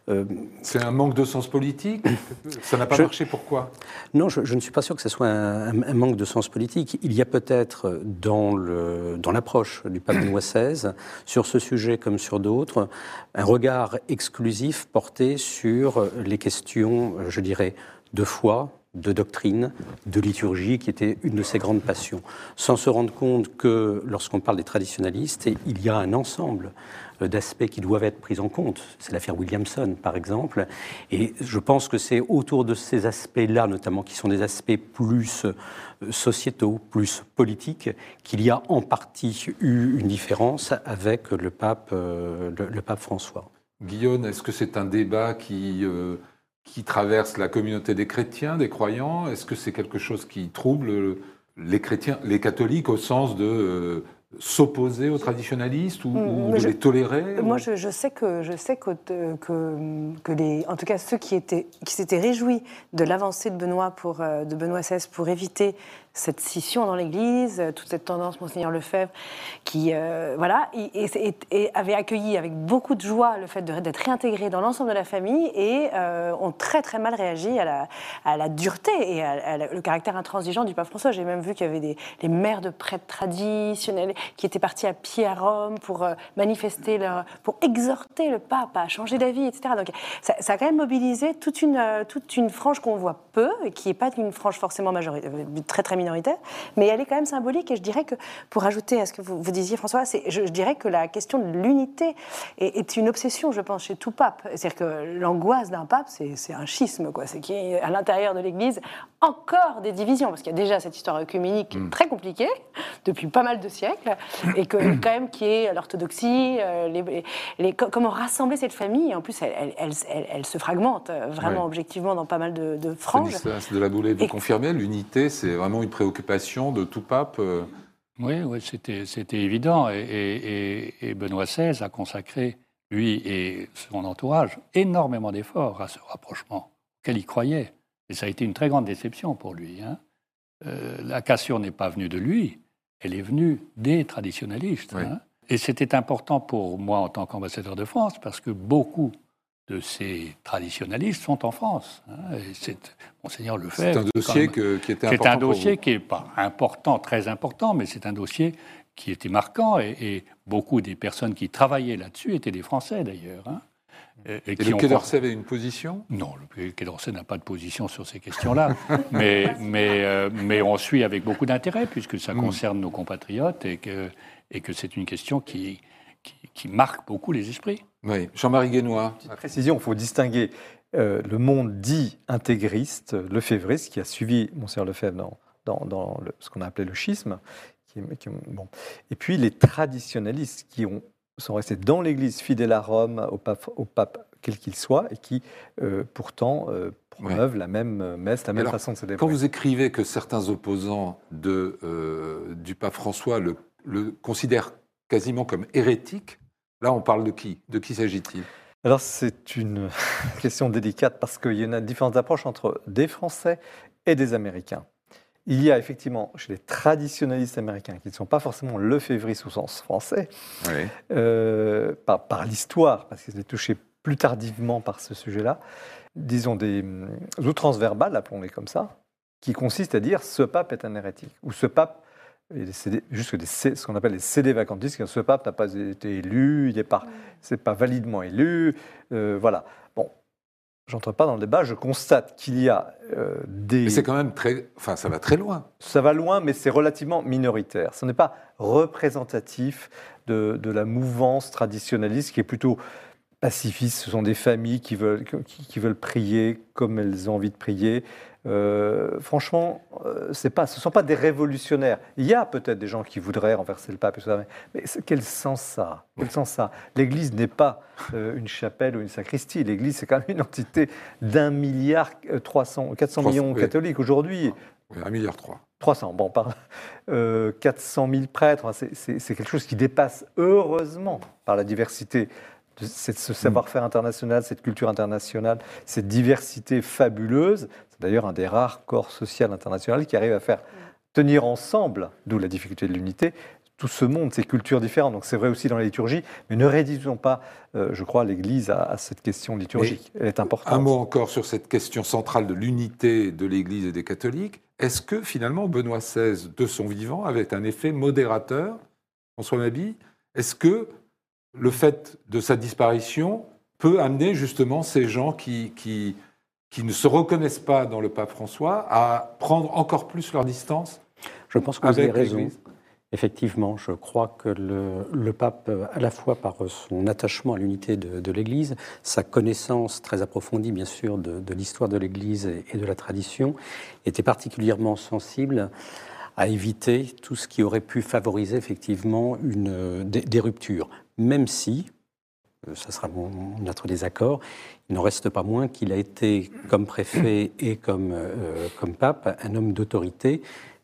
S1: Euh, C'est un manque de sens politique? Ça n'a pas je, marché, pourquoi?
S3: Non, je, je ne suis pas sûr que ce soit un, un manque de sens politique. Il y a peut-être dans, le, dans l'approche du pape Benoît seize, sur ce sujet comme sur d'autres, un regard exclusif porté sur les questions, je dirais, de foi, de doctrine, de liturgie, qui était une de ses grandes passions, sans se rendre compte que, lorsqu'on parle des traditionalistes, il y a un ensemble d'aspects qui doivent être pris en compte. C'est l'affaire Williamson, par exemple. Et je pense que c'est autour de ces aspects-là, notamment, qui sont des aspects plus sociétaux, plus politiques, qu'il y a en partie eu une différence avec le pape, le, le pape François.
S1: Guillaume, est-ce que c'est un débat qui... Euh... qui traverse la communauté des chrétiens, des croyants? Est-ce que c'est quelque chose qui trouble les chrétiens, les catholiques, au sens de euh, s'opposer aux traditionalistes ou, mmh, ou de je, les tolérer?
S6: Moi,
S1: ou...
S6: je, je sais que je sais que, que, que les, en tout cas ceux qui étaient qui s'étaient réjouis de l'avancée de Benoît pour de Benoît seize pour éviter cette scission dans l'Église, toute cette tendance, Monseigneur Lefebvre, qui euh, voilà, et, et, et avait accueilli avec beaucoup de joie le fait de, d'être réintégré dans l'ensemble de la famille, et euh, ont très très mal réagi à la, à la dureté et à, à la, le caractère intransigeant du pape François. J'ai même vu qu'il y avait des les mères de prêtres traditionnels qui étaient partis à pied à Rome pour euh, manifester leur, pour exhorter le pape à changer d'avis, et cetera. Donc ça, ça a quand même mobilisé toute une toute une frange qu'on voit peu et qui n'est pas une frange forcément majoritaire, très très minoritaire, mais elle est quand même symbolique. Et je dirais que, pour ajouter à ce que vous, vous disiez, François, c'est, je, je dirais que la question de l'unité est, est une obsession, je pense, chez tout pape. C'est-à-dire que l'angoisse d'un pape, c'est, c'est un schisme, quoi. C'est qu'il y ait à l'intérieur de l'Église encore des divisions, parce qu'il y a déjà cette histoire œcuménique mmh. très compliquée depuis pas mal de siècles, et que quand même qu'il y ait l'orthodoxie, euh, les, les, les, comment rassembler cette famille. Et en plus, elle, elle, elle, elle, elle se fragmente vraiment, ouais. objectivement, dans pas mal de, de franges.
S1: Stanislas de la Boulay, vous et... confirmez, l'unité, c'est vraiment une préoccupation de tout pape. euh...
S4: Oui, oui, c'était, c'était évident. Et, et, et Benoît seize a consacré, lui et son entourage, énormément d'efforts à ce rapprochement, auquel il croyait. Et ça a été une très grande déception pour lui. Hein. Euh, la cassure n'est pas venue de lui, elle est venue des traditionalistes. Oui. Hein. Et c'était important pour moi en tant qu'ambassadeur de France, parce que beaucoup de ces traditionalistes sont en France. Hein, et c'est, Monseigneur Lefebvre...
S1: C'est un dossier même, que, qui était important
S4: C'est un dossier qui n'est pas important, très important, mais c'est un dossier qui était marquant, et, et beaucoup des personnes qui travaillaient là-dessus étaient des Français, d'ailleurs. Hein,
S1: et, et, et le Quai d'Orsay avait une position?
S4: Non, le Quai d'Orsay n'a pas de position sur ces questions-là, mais, mais, euh, mais on suit avec beaucoup d'intérêt, puisque ça concerne mmh. nos compatriotes, et que, et que c'est une question qui... Qui, qui marque beaucoup les esprits.
S1: Oui, Jean-Marie Guénois.
S5: Petite précision, il faut distinguer euh, le monde dit intégriste, lefévriste, qui a suivi Monseigneur Lefebvre dans, dans, dans le, ce qu'on a appelé le schisme, qui, qui, bon. et puis les traditionalistes qui ont, sont restés dans l'Église, fidèles à Rome, au pape, au pape quel qu'il soit, et qui euh, pourtant euh, promeuvent ouais. la même messe, la même alors, façon de se débrouiller.
S1: Quand vous écrivez que certains opposants de, euh, du pape François le, le considèrent quasiment comme hérétique, là on parle de qui? De qui s'agit-il?
S5: Alors c'est une question délicate parce qu'il y a différentes approches entre des Français et des Américains. Il y a effectivement chez les traditionalistes américains qui ne sont pas forcément lefévristes au sens français, oui. euh, par, par l'histoire, parce qu'ils étaient touchés plus tardivement par ce sujet-là, disons des outrances verbales, appelons-les comme ça, qui consistent à dire ce pape est un hérétique, ou ce pape c'est juste des, ce qu'on appelle les cédés vacantistes. Ce pape n'a pas été élu, il n'est pas, c'est pas validement élu. Euh, voilà. Bon, j'entre pas dans le débat. Je constate qu'il y a euh, des.
S1: Mais c'est quand même très. Enfin, ça va très loin.
S5: Ça va loin, mais c'est relativement minoritaire. Ce n'est pas représentatif de, de la mouvance traditionnaliste qui est plutôt pacifiste. Ce sont des familles qui veulent, qui, qui veulent prier comme elles ont envie de prier. Euh, franchement, euh, c'est pas, ce ne sont pas des révolutionnaires. Il y a peut-être des gens qui voudraient renverser le pape, et tout ça, mais, mais quel sens ça, quel sens ça L'Église n'est pas euh, une chapelle ou une sacristie. L'Église, c'est quand même une entité d'un milliard trois cents, quatre cents millions de catholiques aujourd'hui.
S1: Oui, un milliard trois.
S5: trois cents, bon, par euh, quatre cent mille prêtres. C'est, c'est, c'est quelque chose qui dépasse, heureusement, par la diversité de ce savoir-faire international, cette culture internationale, cette diversité fabuleuse. C'est d'ailleurs un des rares corps sociaux internationaux qui arrive à faire tenir ensemble, d'où la difficulté de l'unité, tout ce monde, ces cultures différentes. Donc c'est vrai aussi dans la liturgie, mais ne réduisons pas, euh, je crois, l'Église à, à cette question liturgique. Elle est importante.
S1: Un mot encore sur cette question centrale de l'unité de l'Église et des catholiques. Est-ce que finalement Benoît seize, de son vivant, avait un effet modérateur, François Mabille? Est-ce que le fait de sa disparition peut amener justement ces gens qui, qui, qui ne se reconnaissent pas dans le pape François à prendre encore plus leur distance?
S3: Je pense que vous avez raison. Effectivement, je crois que le, le pape, à la fois par son attachement à l'unité de, de l'Église, sa connaissance très approfondie, bien sûr, de, de l'histoire de l'Église et, et de la tradition, était particulièrement sensible à éviter tout ce qui aurait pu favoriser effectivement une, des, des ruptures, même si, ça sera mon, notre désaccord, il n'en reste pas moins qu'il a été, comme préfet et comme, euh, comme pape, un homme d'autorité,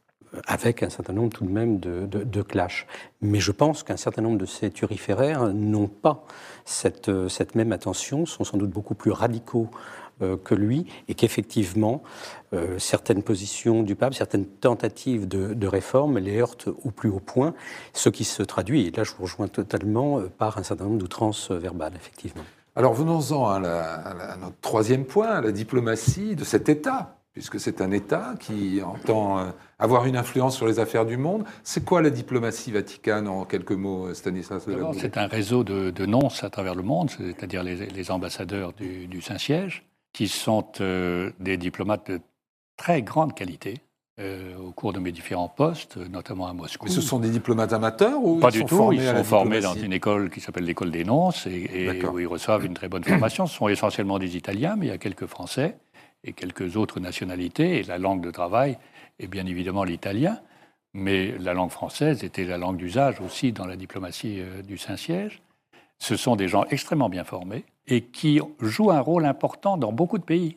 S3: avec un certain nombre tout de même de, de, de clashs. Mais je pense qu'un certain nombre de ces turiféraires n'ont pas cette, cette même attention, sont sans doute beaucoup plus radicaux euh, que lui, et qu'effectivement, euh, certaines positions du pape, certaines tentatives de, de réforme les heurtent au plus haut point, ce qui se traduit, et là je vous rejoins totalement, par un certain nombre d'outrances verbales, effectivement.
S1: Alors venons-en à, la, à, la, à notre troisième point, à la diplomatie de cet État, puisque c'est un État qui entend euh, avoir une influence sur les affaires du monde. C'est quoi la diplomatie vaticane, en quelques mots, Stanislas de la Boulay?
S4: C'est un réseau de, de nonces à travers le monde, c'est-à-dire les, les ambassadeurs du, du Saint-Siège, qui sont euh, des diplomates de très grande qualité euh, au cours de mes différents postes, notamment à Moscou.
S1: Mais ce sont des diplomates amateurs ou
S4: Pas
S1: ils
S4: du
S1: sont
S4: tout,
S1: formés
S4: ils
S1: à la
S4: sont formés
S1: diplomatie?
S4: dans une école qui s'appelle l'école des nonces et, et où ils reçoivent une très bonne formation. Ce sont essentiellement des Italiens, mais il y a quelques Français et quelques autres nationalités, et la langue de travail est bien évidemment l'italien, mais la langue française était la langue d'usage aussi dans la diplomatie euh, du Saint-Siège. Ce sont des gens extrêmement bien formés et qui jouent un rôle important dans beaucoup de pays.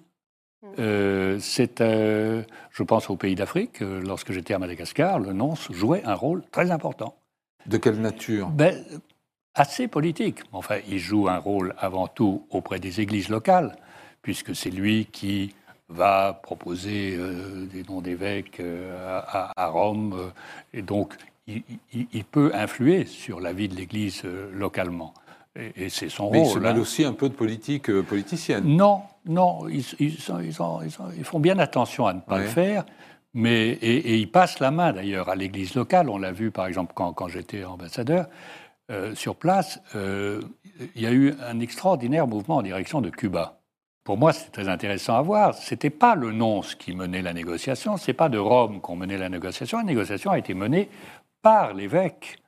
S4: Euh, c'est, euh, je pense aux pays d'Afrique, euh, lorsque j'étais à Madagascar, le nonce jouait un rôle très important.
S1: De quelle nature?
S4: Ben, assez politique. Enfin, il joue un rôle avant tout auprès des églises locales, puisque c'est lui qui va proposer euh, des noms d'évêques euh, à, à Rome. Euh, et donc, il, il, il peut influer sur la vie de l'Église euh, localement. Et, et c'est son
S1: Mais
S4: rôle.
S1: il se mêle
S4: hein.
S1: aussi un peu de politique euh, politicienne.
S4: Non, non, ils, ils, sont, ils, sont, ils, sont, ils font bien attention à ne pas
S1: ouais.
S4: le faire. Mais, et, et ils passent la main, d'ailleurs, à l'Église locale. On l'a vu, par exemple, quand, quand j'étais ambassadeur. Euh, sur place, euh, il y a eu un extraordinaire mouvement en direction de Cuba. Pour moi, c'est très intéressant à voir. Ce n'était pas le nonce qui menait la négociation, ce n'est pas de Rome qu'on menait la négociation. La négociation a été menée par l'évêque,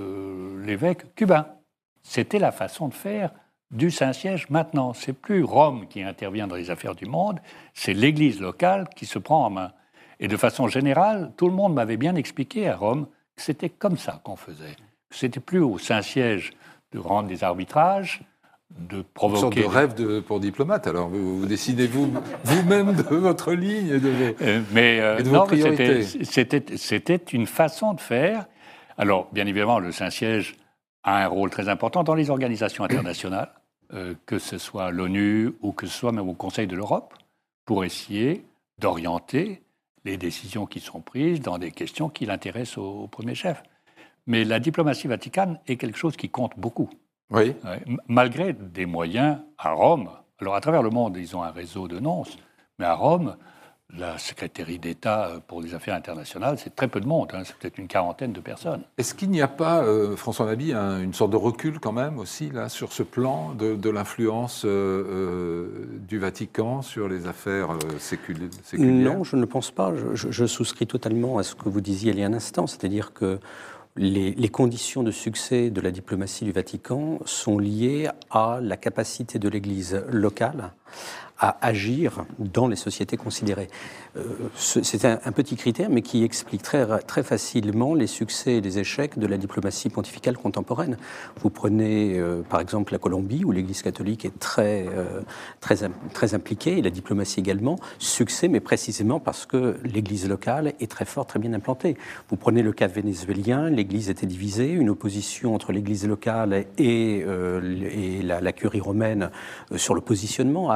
S4: le, l'évêque cubain. C'était la façon de faire du Saint-Siège maintenant. Ce n'est plus Rome qui intervient dans les affaires du monde, c'est l'Église locale qui se prend en main. Et de façon générale, tout le monde m'avait bien expliqué à Rome que c'était comme ça qu'on faisait. Ce n'était plus au Saint-Siège de rendre des arbitrages, de provoquer...
S1: Une sorte de rêve de, pour diplomate, alors vous, vous décidez vous, vous-même de votre ligne et de vos,
S4: euh, mais, euh,
S1: et de
S4: non,
S1: vos priorités.
S4: C'était, c'était, c'était une façon de faire. Alors, bien évidemment, le Saint-Siège a un rôle très important dans les organisations internationales, euh, que ce soit l'ONU ou que ce soit même au Conseil de l'Europe, pour essayer d'orienter les décisions qui sont prises dans des questions qui l'intéressent au, au premier chef. Mais la diplomatie vaticane est quelque chose qui compte beaucoup.
S1: Oui.
S4: Ouais, malgré des moyens à Rome. Alors, à travers le monde, ils ont un réseau de nonces, mais à Rome, la secrétaire d'État pour les affaires internationales, c'est très peu de monde, hein, c'est peut-être une quarantaine de personnes.
S1: Est-ce qu'il n'y a pas, euh, François Mabille, un, une sorte de recul quand même aussi, là, sur ce plan de, de l'influence euh, euh, du Vatican sur les affaires euh, séculi- séculières?
S3: Non, je ne pense pas. Je, je, je souscris totalement à ce que vous disiez il y a un instant, c'est-à-dire que Les, les conditions de succès de la diplomatie du Vatican sont liées à la capacité de l'Église locale à agir dans les sociétés considérées. Euh, c'est un, un petit critère, mais qui explique très, très facilement les succès et les échecs de la diplomatie pontificale contemporaine. Vous prenez, euh, par exemple, la Colombie, où l'Église catholique est très, euh, très, très impliquée, et la diplomatie également. Succès, mais précisément parce que l'Église locale est très forte, très bien implantée. Vous prenez le cas vénézuélien, l'Église était divisée, une opposition entre l'Église locale et, euh, et la, la curie romaine euh, sur le positionnement a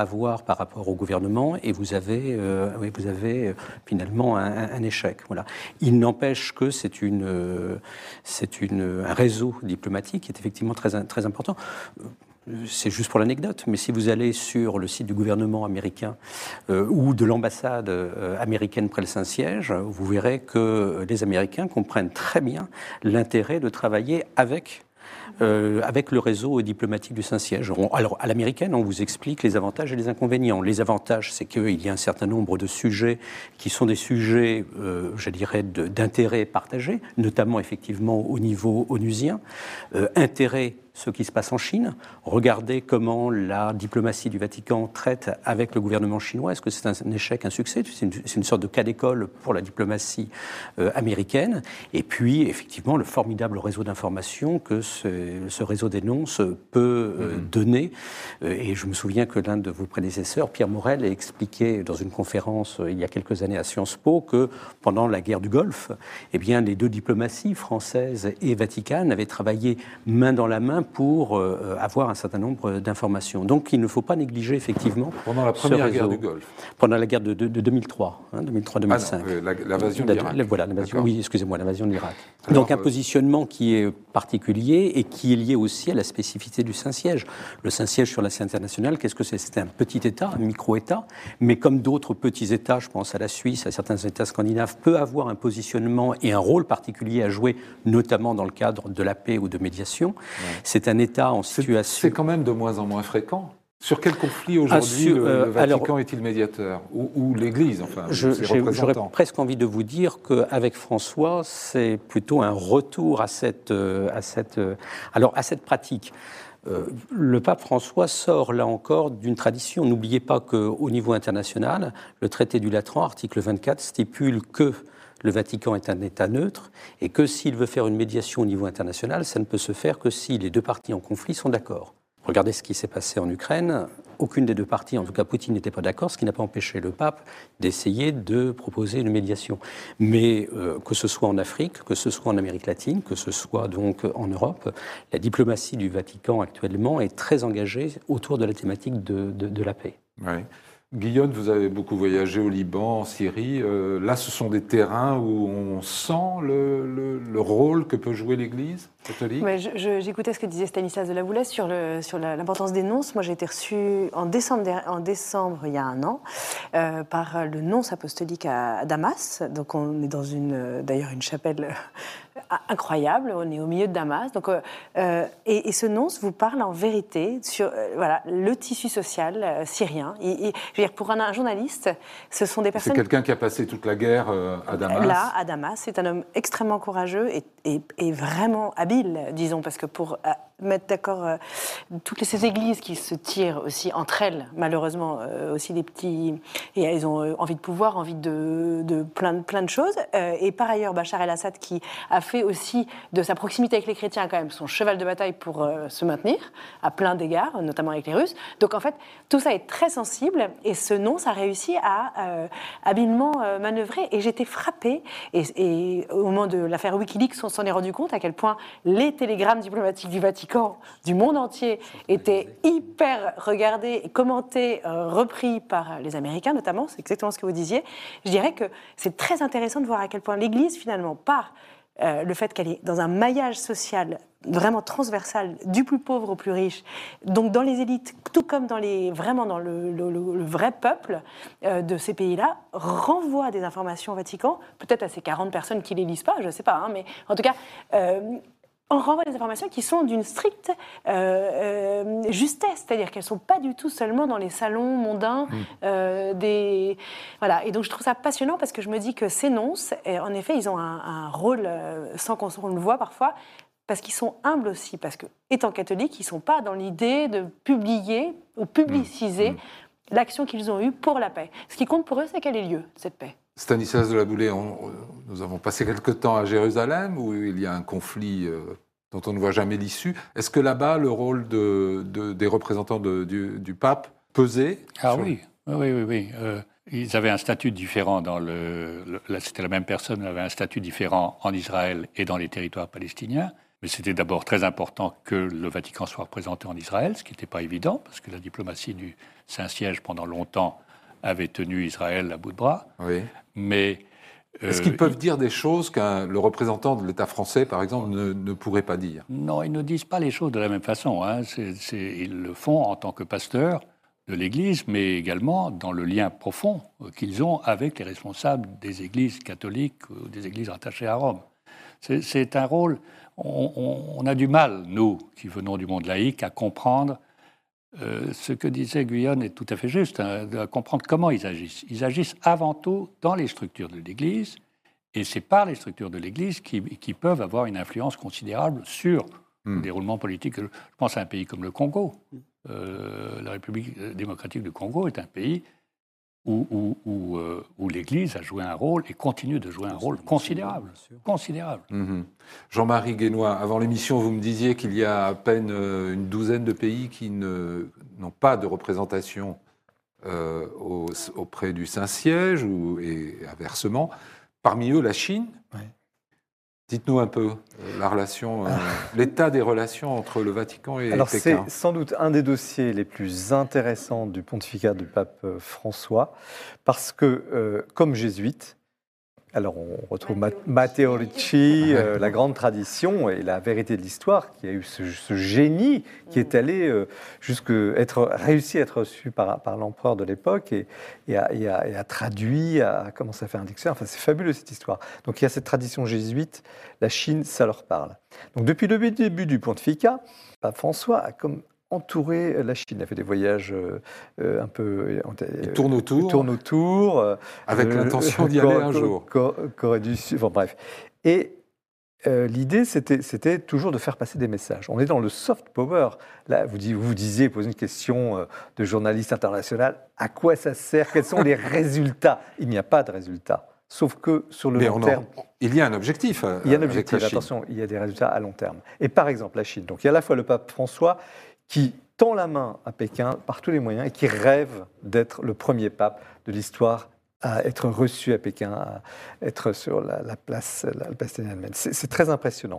S3: avoir par rapport au gouvernement et vous avez, euh, oui, vous avez euh, finalement un, un échec. Voilà. Il n'empêche que c'est, une, euh, c'est une, un réseau diplomatique qui est effectivement très, très important. C'est juste pour l'anecdote, mais si vous allez sur le site du gouvernement américain euh, ou de l'ambassade euh, américaine près le Saint-Siège, vous verrez que les Américains comprennent très bien l'intérêt de travailler avec Euh, avec le réseau diplomatique du Saint-Siège. On, alors, à l'américaine, on vous explique les avantages et les inconvénients. Les avantages, c'est qu'il y a un certain nombre de sujets qui sont des sujets, euh, je dirais, de, d'intérêt partagé, notamment, effectivement, au niveau onusien. Euh, intérêt, ce qui se passe en Chine. Regardez comment la diplomatie du Vatican traite avec le gouvernement chinois. Est-ce que c'est un, un échec, un succès ? C'est une, c'est une sorte de cas d'école pour la diplomatie euh, américaine. Et puis, effectivement, le formidable réseau d'information que ce, ce réseau d'énonce peut euh, mmh. donner. Et je me souviens que l'un de vos prédécesseurs, Pierre Morel, a expliqué dans une conférence euh, il y a quelques années à Sciences Po que pendant la guerre du Golfe, eh bien, les deux diplomaties, française et vaticane, avaient travaillé main dans la main pour euh, avoir un certain nombre d'informations. Donc il ne faut pas négliger effectivement
S1: pendant la première guerre du Golfe.
S3: Pendant la guerre de, de, de deux mille trois, hein, deux mille trois deux mille cinq.
S1: Ah non, la, l'invasion de l'Irak.
S3: La, voilà, l'invasion, oui, excusez-moi, l'invasion de l'Irak. Alors, Donc un euh... positionnement qui est particulier et qui est lié aussi à la spécificité du Saint-Siège. Le Saint-Siège sur la scène internationale, qu'est-ce que c'est ? C'est un petit État, un micro-État, mais comme d'autres petits États, je pense à la Suisse, à certains États scandinaves, peut avoir un positionnement et un rôle particulier à jouer, notamment dans le cadre de la paix ou de médiation. Ouais. C'est un État en situation...
S1: C'est, c'est quand même de moins en moins fréquent. Sur quel conflit aujourd'hui ah, sur, euh, le, le Vatican alors, est-il médiateur ? Ou, ou l'Église, enfin,
S3: je,
S1: ses représentants ?
S3: J'aurais presque envie de vous dire qu'avec François, c'est plutôt un retour à cette, à cette, alors, à cette pratique. Euh, le pape François sort, là encore, d'une tradition. N'oubliez pas qu'au niveau international, le traité du Latran, article vingt-quatre, stipule que le Vatican est un État neutre et que s'il veut faire une médiation au niveau international, ça ne peut se faire que si les deux parties en conflit sont d'accord. Regardez ce qui s'est passé en Ukraine. Aucune des deux parties, en tout cas Poutine, n'était pas d'accord, ce qui n'a pas empêché le pape d'essayer de proposer une médiation. Mais euh, que ce soit en Afrique, que ce soit en Amérique latine, que ce soit donc en Europe, la diplomatie du Vatican actuellement est très engagée autour de la thématique de, de, de la paix.
S1: Oui. Guillaume, vous avez beaucoup voyagé au Liban, en Syrie. Euh, là, ce sont des terrains où on sent le, le, le rôle que peut jouer l'Église catholique.
S6: Mais je, je, j'écoutais ce que disait Stanislas de la Boulesse sur, le, sur la, l'importance des nonces. Moi, j'ai été reçue en décembre, en décembre, il y a un an, euh, par le nonce apostolique à, à Damas. Donc, on est dans une, d'ailleurs une chapelle incroyable. On est au milieu de Damas. Donc, euh, et, et ce nonce vous parle en vérité sur euh, voilà, le tissu social euh, syrien. Et, et, je veux dire, pour un, un journaliste, ce sont des personnes...
S1: C'est quelqu'un qui a passé toute la guerre euh, à Damas.
S6: Là, à Damas. C'est un homme extrêmement courageux et, et, et vraiment habile, disons, parce que pour euh, mettre d'accord euh, toutes ces églises qui se tirent aussi entre elles, malheureusement, euh, aussi des petits... Et elles ont euh, envie de pouvoir, envie de, de plein, plein de choses. Euh, et par ailleurs, Bachar el-Assad, qui a fait aussi de sa proximité avec les chrétiens quand même son cheval de bataille pour euh, se maintenir, à plein d'égards, notamment avec les Russes. Donc en fait, tout ça est très sensible, et ce nonce a réussi à euh, habilement euh, manœuvrer. Et j'étais frappée, et, et au moment de l'affaire Wikileaks, on s'en est rendu compte à quel point les télégrammes diplomatiques du Vatican, du monde entier, étaient hyper regardés, commentés, euh, repris par les Américains notamment. C'est exactement ce que vous disiez. Je dirais que c'est très intéressant de voir à quel point l'Église, finalement, par Euh, le fait qu'elle est dans un maillage social vraiment transversal, du plus pauvre au plus riche, donc dans les élites, tout comme dans les, vraiment dans le, le, le vrai peuple euh, de ces pays-là, renvoie des informations au Vatican, peut-être à ces quarante personnes qui ne les lisent pas, je ne sais pas, hein, mais en tout cas... Euh, on renvoie des informations qui sont d'une stricte euh, euh, justesse, c'est-à-dire qu'elles ne sont pas du tout seulement dans les salons mondains mmh. euh, des... Voilà, et donc je trouve ça passionnant parce que je me dis que ces nonces, en effet, ils ont un, un rôle, euh, sans qu'on on le voit parfois, parce qu'ils sont humbles aussi, parce que, étant catholiques, ils ne sont pas dans l'idée de publier ou publiciser mmh. l'action qu'ils ont eue pour la paix. Ce qui compte pour eux, c'est qu'elle ait lieu, cette paix.
S1: Stanislas de la Boulée, on, nous avons passé quelque temps à Jérusalem, où il y a un conflit euh, dont on ne voit jamais l'issue. Est-ce que là-bas, le rôle de, de, des représentants de, du, du pape pesait ?
S4: Ah sur... oui, oui, oui. oui. Euh, ils avaient un statut différent. Dans le, le, là, c'était la même personne, elle avait un statut différent en Israël et dans les territoires palestiniens. Mais c'était d'abord très important que le Vatican soit représenté en Israël, ce qui n'était pas évident, parce que la diplomatie du Saint-Siège, pendant longtemps, avait tenu Israël à bout de bras.
S1: Oui.
S4: Mais... Euh,
S1: Est-ce qu'ils peuvent dire des choses qu'un le représentant de l'État français, par exemple, ne, ne pourrait pas dire?
S4: Non, ils ne disent pas les choses de la même façon. Hein. C'est, c'est, ils le font en tant que pasteurs de l'Église, mais également dans le lien profond qu'ils ont avec les responsables des églises catholiques ou des églises rattachées à Rome. C'est, c'est un rôle... On, on, on a du mal, nous, qui venons du monde laïque, à comprendre euh, ce que disait Guyonne est tout à fait juste, hein, à comprendre comment ils agissent. Ils agissent avant tout dans les structures de l'Église, et c'est par les structures de l'Église qui, qui peuvent avoir une influence considérable sur mmh. le déroulement politique. Je pense à un pays comme le Congo. Euh, la République démocratique du Congo est un pays où, où, où, euh, où l'Église a joué un rôle et continue de jouer un rôle considérable. considérable.
S1: Mmh. Jean-Marie Guénois, avant l'émission, vous me disiez qu'il y a à peine une douzaine de pays qui ne, n'ont pas de représentation euh, au, auprès du Saint-Siège ou, et inversement. Parmi eux, la Chine. Ouais. Dites-nous un peu euh, la relation, euh, l'état des relations entre le Vatican et
S5: Alors,
S1: Pékin.
S5: C'est sans doute un des dossiers les plus intéressants du pontificat du pape François, parce que, euh, comme jésuite, alors on retrouve Matteo Ricci, euh, la grande tradition et la vérité de l'histoire, qui a eu ce, ce génie qui est allé euh, jusqu'à être réussi à être reçu par, par l'empereur de l'époque et, et, a, et, a, et a traduit, a commencé à faire un dictionnaire. Enfin, c'est fabuleux cette histoire. Donc il y a cette tradition jésuite, la Chine, ça leur parle. Donc depuis le début du pontificat, pape François a comme entouré la Chine. Il a fait des voyages euh, un peu...
S1: Il tourne autour.
S5: Il tourne autour. Euh,
S1: avec euh, l'intention d'y aller un jour.
S5: Corée du Sud, enfin bref. Et euh, l'idée, c'était, c'était toujours de faire passer des messages. On est dans le soft power. Là, vous, vous, vous disiez, posez une question euh, de journaliste international, à quoi ça sert? Quels sont les résultats? Il n'y a pas de résultats. Sauf que sur le
S1: Mais
S5: long
S1: on
S5: terme...
S1: En, il y a un objectif.
S5: Il y a un objectif, attention, il y a des résultats à long terme. Et par exemple, la Chine. Donc il y a à la fois le pape François qui tend la main à Pékin par tous les moyens et qui rêve d'être le premier pape de l'histoire à être reçu à Pékin, à être sur la, la place, la, la place Tiananmen. C'est, c'est très impressionnant.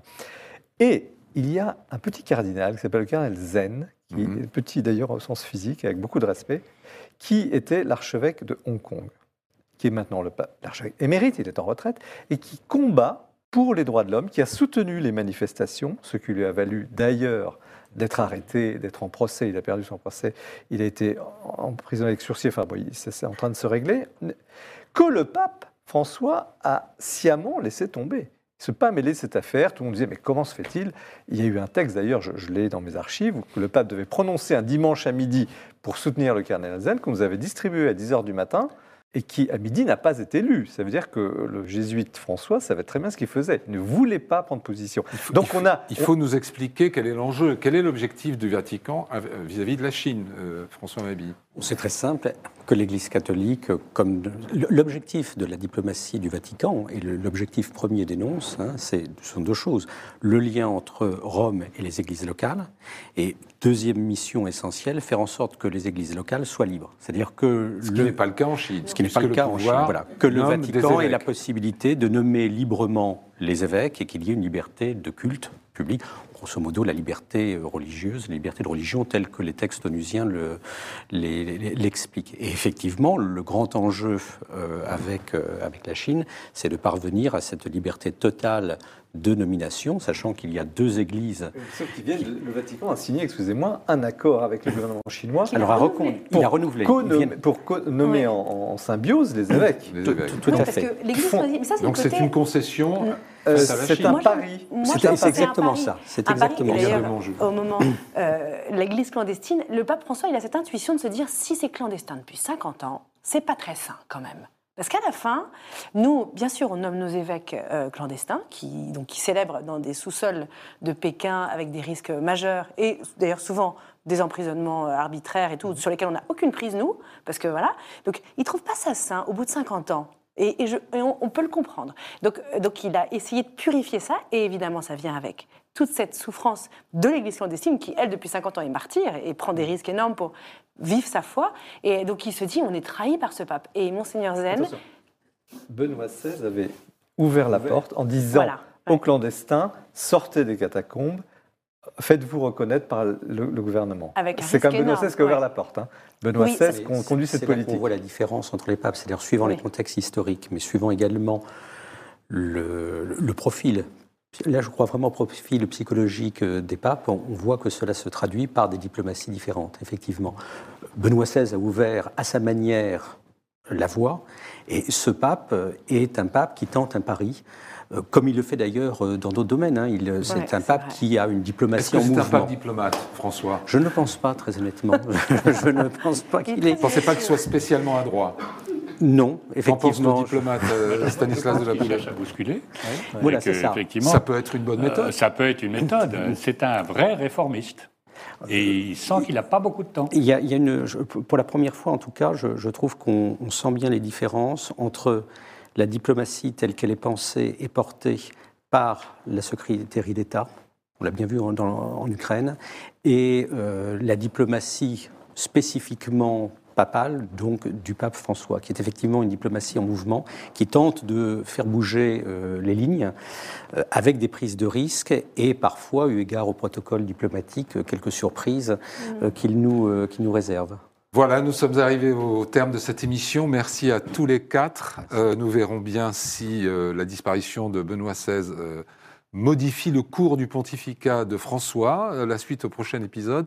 S5: Et il y a un petit cardinal qui s'appelle le cardinal Zen, qui mm-hmm. est petit d'ailleurs au sens physique, avec beaucoup de respect, qui était l'archevêque de Hong Kong, qui est maintenant le pape, l'archevêque émérite, il est en retraite, et qui combat pour les droits de l'homme, qui a soutenu les manifestations, ce qui lui a valu d'ailleurs d'être arrêté, d'être en procès. Il a perdu son procès. Il a été emprisonné avec sursis. Enfin, bon, c'est en train de se régler. Que le pape François a sciemment laissé tomber. Il ne s'est pas mêlé de cette affaire. Tout le monde disait, mais comment se fait-il? Il y a eu un texte, d'ailleurs, je, je l'ai dans mes archives, où le pape devait prononcer un dimanche à midi pour soutenir le cardinal Zen, qu'on nous avait distribué à dix heures du matin, et qui, à midi, n'a pas été lu. Ça veut dire que le jésuite François savait très bien ce qu'il faisait. Il ne voulait pas prendre position.
S1: Il faut,
S5: Donc
S1: il faut,
S5: on a,
S1: il faut on... nous expliquer quel est l'enjeu, quel est l'objectif du Vatican vis-à-vis de la Chine, euh, François Mabille.
S3: C'est très simple, que l'Église catholique, comme l'objectif de la diplomatie du Vatican, et l'objectif premier d'énonce, hein, c'est, ce sont deux choses. Le lien entre Rome et les églises locales, et deuxième mission essentielle, faire en sorte que les églises locales soient libres. C'est-à-dire que...
S1: Ce qui n'est pas le cas en Chine.
S3: Ce qui n'est pas le cas en Chine, voilà. Que le Vatican ait la possibilité de nommer librement les évêques et qu'il y ait une liberté de culte public. Grosso modo, la liberté religieuse, la liberté de religion telle que les textes onusiens le, les, les, l'expliquent. Et effectivement, le grand enjeu euh, avec, euh, avec la Chine, c'est de parvenir à cette liberté totale de nomination, sachant qu'il y a deux églises...
S5: Sauf qu'ils viennent, qui... le Vatican a signé, excusez-moi, un accord avec le gouvernement chinois.
S3: Alors, a renouvelé.
S5: Pour,
S3: il a renouvelé.
S5: Co-nommer, pour nommer oui. en, en symbiose les évêques.
S1: Les évêques.
S3: Tout, tout
S6: oui,
S3: à
S6: parce
S3: fait.
S6: Que l'église, font... mais ça, c'est
S1: Donc,
S6: côté...
S1: c'est une concession...
S5: Euh, c'est un pari.
S3: C'est, c'est exactement ça. C'est exactement
S6: ça. Au moment euh, l'église clandestine, le pape François, il a cette intuition de se dire, si c'est clandestin depuis cinquante ans, c'est pas très sain quand même. Parce qu'à la fin, nous, bien sûr, on nomme nos évêques euh, clandestins, qui, donc, qui célèbrent dans des sous-sols de Pékin avec des risques majeurs, et d'ailleurs souvent des emprisonnements arbitraires et tout, sur lesquels on n'a aucune prise, nous, parce que voilà. Donc, ils ne trouvent pas ça sain au bout de cinquante ans. Et, et, je, et on, on peut le comprendre. Donc, donc, il a essayé de purifier ça, et évidemment, ça vient avec toute cette souffrance de l'Église clandestine, qui, elle, depuis cinquante ans, est martyre et prend des risques énormes pour vivre sa foi. Et donc, il se dit, on est trahi par ce pape. Et Monseigneur Zen...
S5: Attention. Benoît seize avait ouvert la porte en disant... Voilà. au clandestin, sortez des catacombes, faites-vous reconnaître par le, le gouvernement. C'est comme Benoît seize qui a ouvert ouais. la porte. Hein. Benoît oui, seize qu'on conduit cette politique.
S3: On voit la différence entre les papes, c'est-à-dire suivant oui. les contextes historiques, mais suivant également le, le profil. Là, je crois vraiment au profil psychologique des papes. On voit que cela se traduit par des diplomaties différentes, effectivement. Benoît seize a ouvert à sa manière la voie, et ce pape est un pape qui tente un pari, comme il le fait d'ailleurs dans d'autres domaines. Hein. Il, c'est ouais, un pape vrai. qui a une diplomatie en mouvement.
S1: Est-ce que c'est un pape diplomate, François ?
S3: Je ne pense pas, très honnêtement. je ne pense pas qu'il est...
S1: Vous ne pensez pas qu'il soit spécialement adroit ?
S3: Non, effectivement.
S1: Qu'en pense le diplomate euh, Stanislas de la Boulay ?
S4: Il cherche à bousculer.
S3: Ouais. Voilà, c'est ça.
S1: Ça peut être une bonne méthode.
S4: Euh, ça peut être une méthode. C'est un vrai réformiste. Et il sent qu'il n'a pas beaucoup de temps.
S3: Il y a, il y a une, pour la première fois, en tout cas, je, je trouve qu'on on sent bien les différences entre la diplomatie telle qu'elle est pensée et portée par la secrétaire d'État, on l'a bien vu en, dans, en Ukraine, et euh, la diplomatie spécifiquement papale, donc du pape François, qui est effectivement une diplomatie en mouvement, qui tente de faire bouger euh, les lignes euh, avec des prises de risques et parfois, eu égard au protocole diplomatique, euh, quelques surprises euh, qu'il nous, euh, qu'il nous réserve.
S1: Voilà, nous sommes arrivés au terme de cette émission. Merci à tous les quatre. Euh, nous verrons bien si euh, la disparition de Benoît seize euh, modifie le cours du pontificat de François. Euh, la suite au prochain épisode.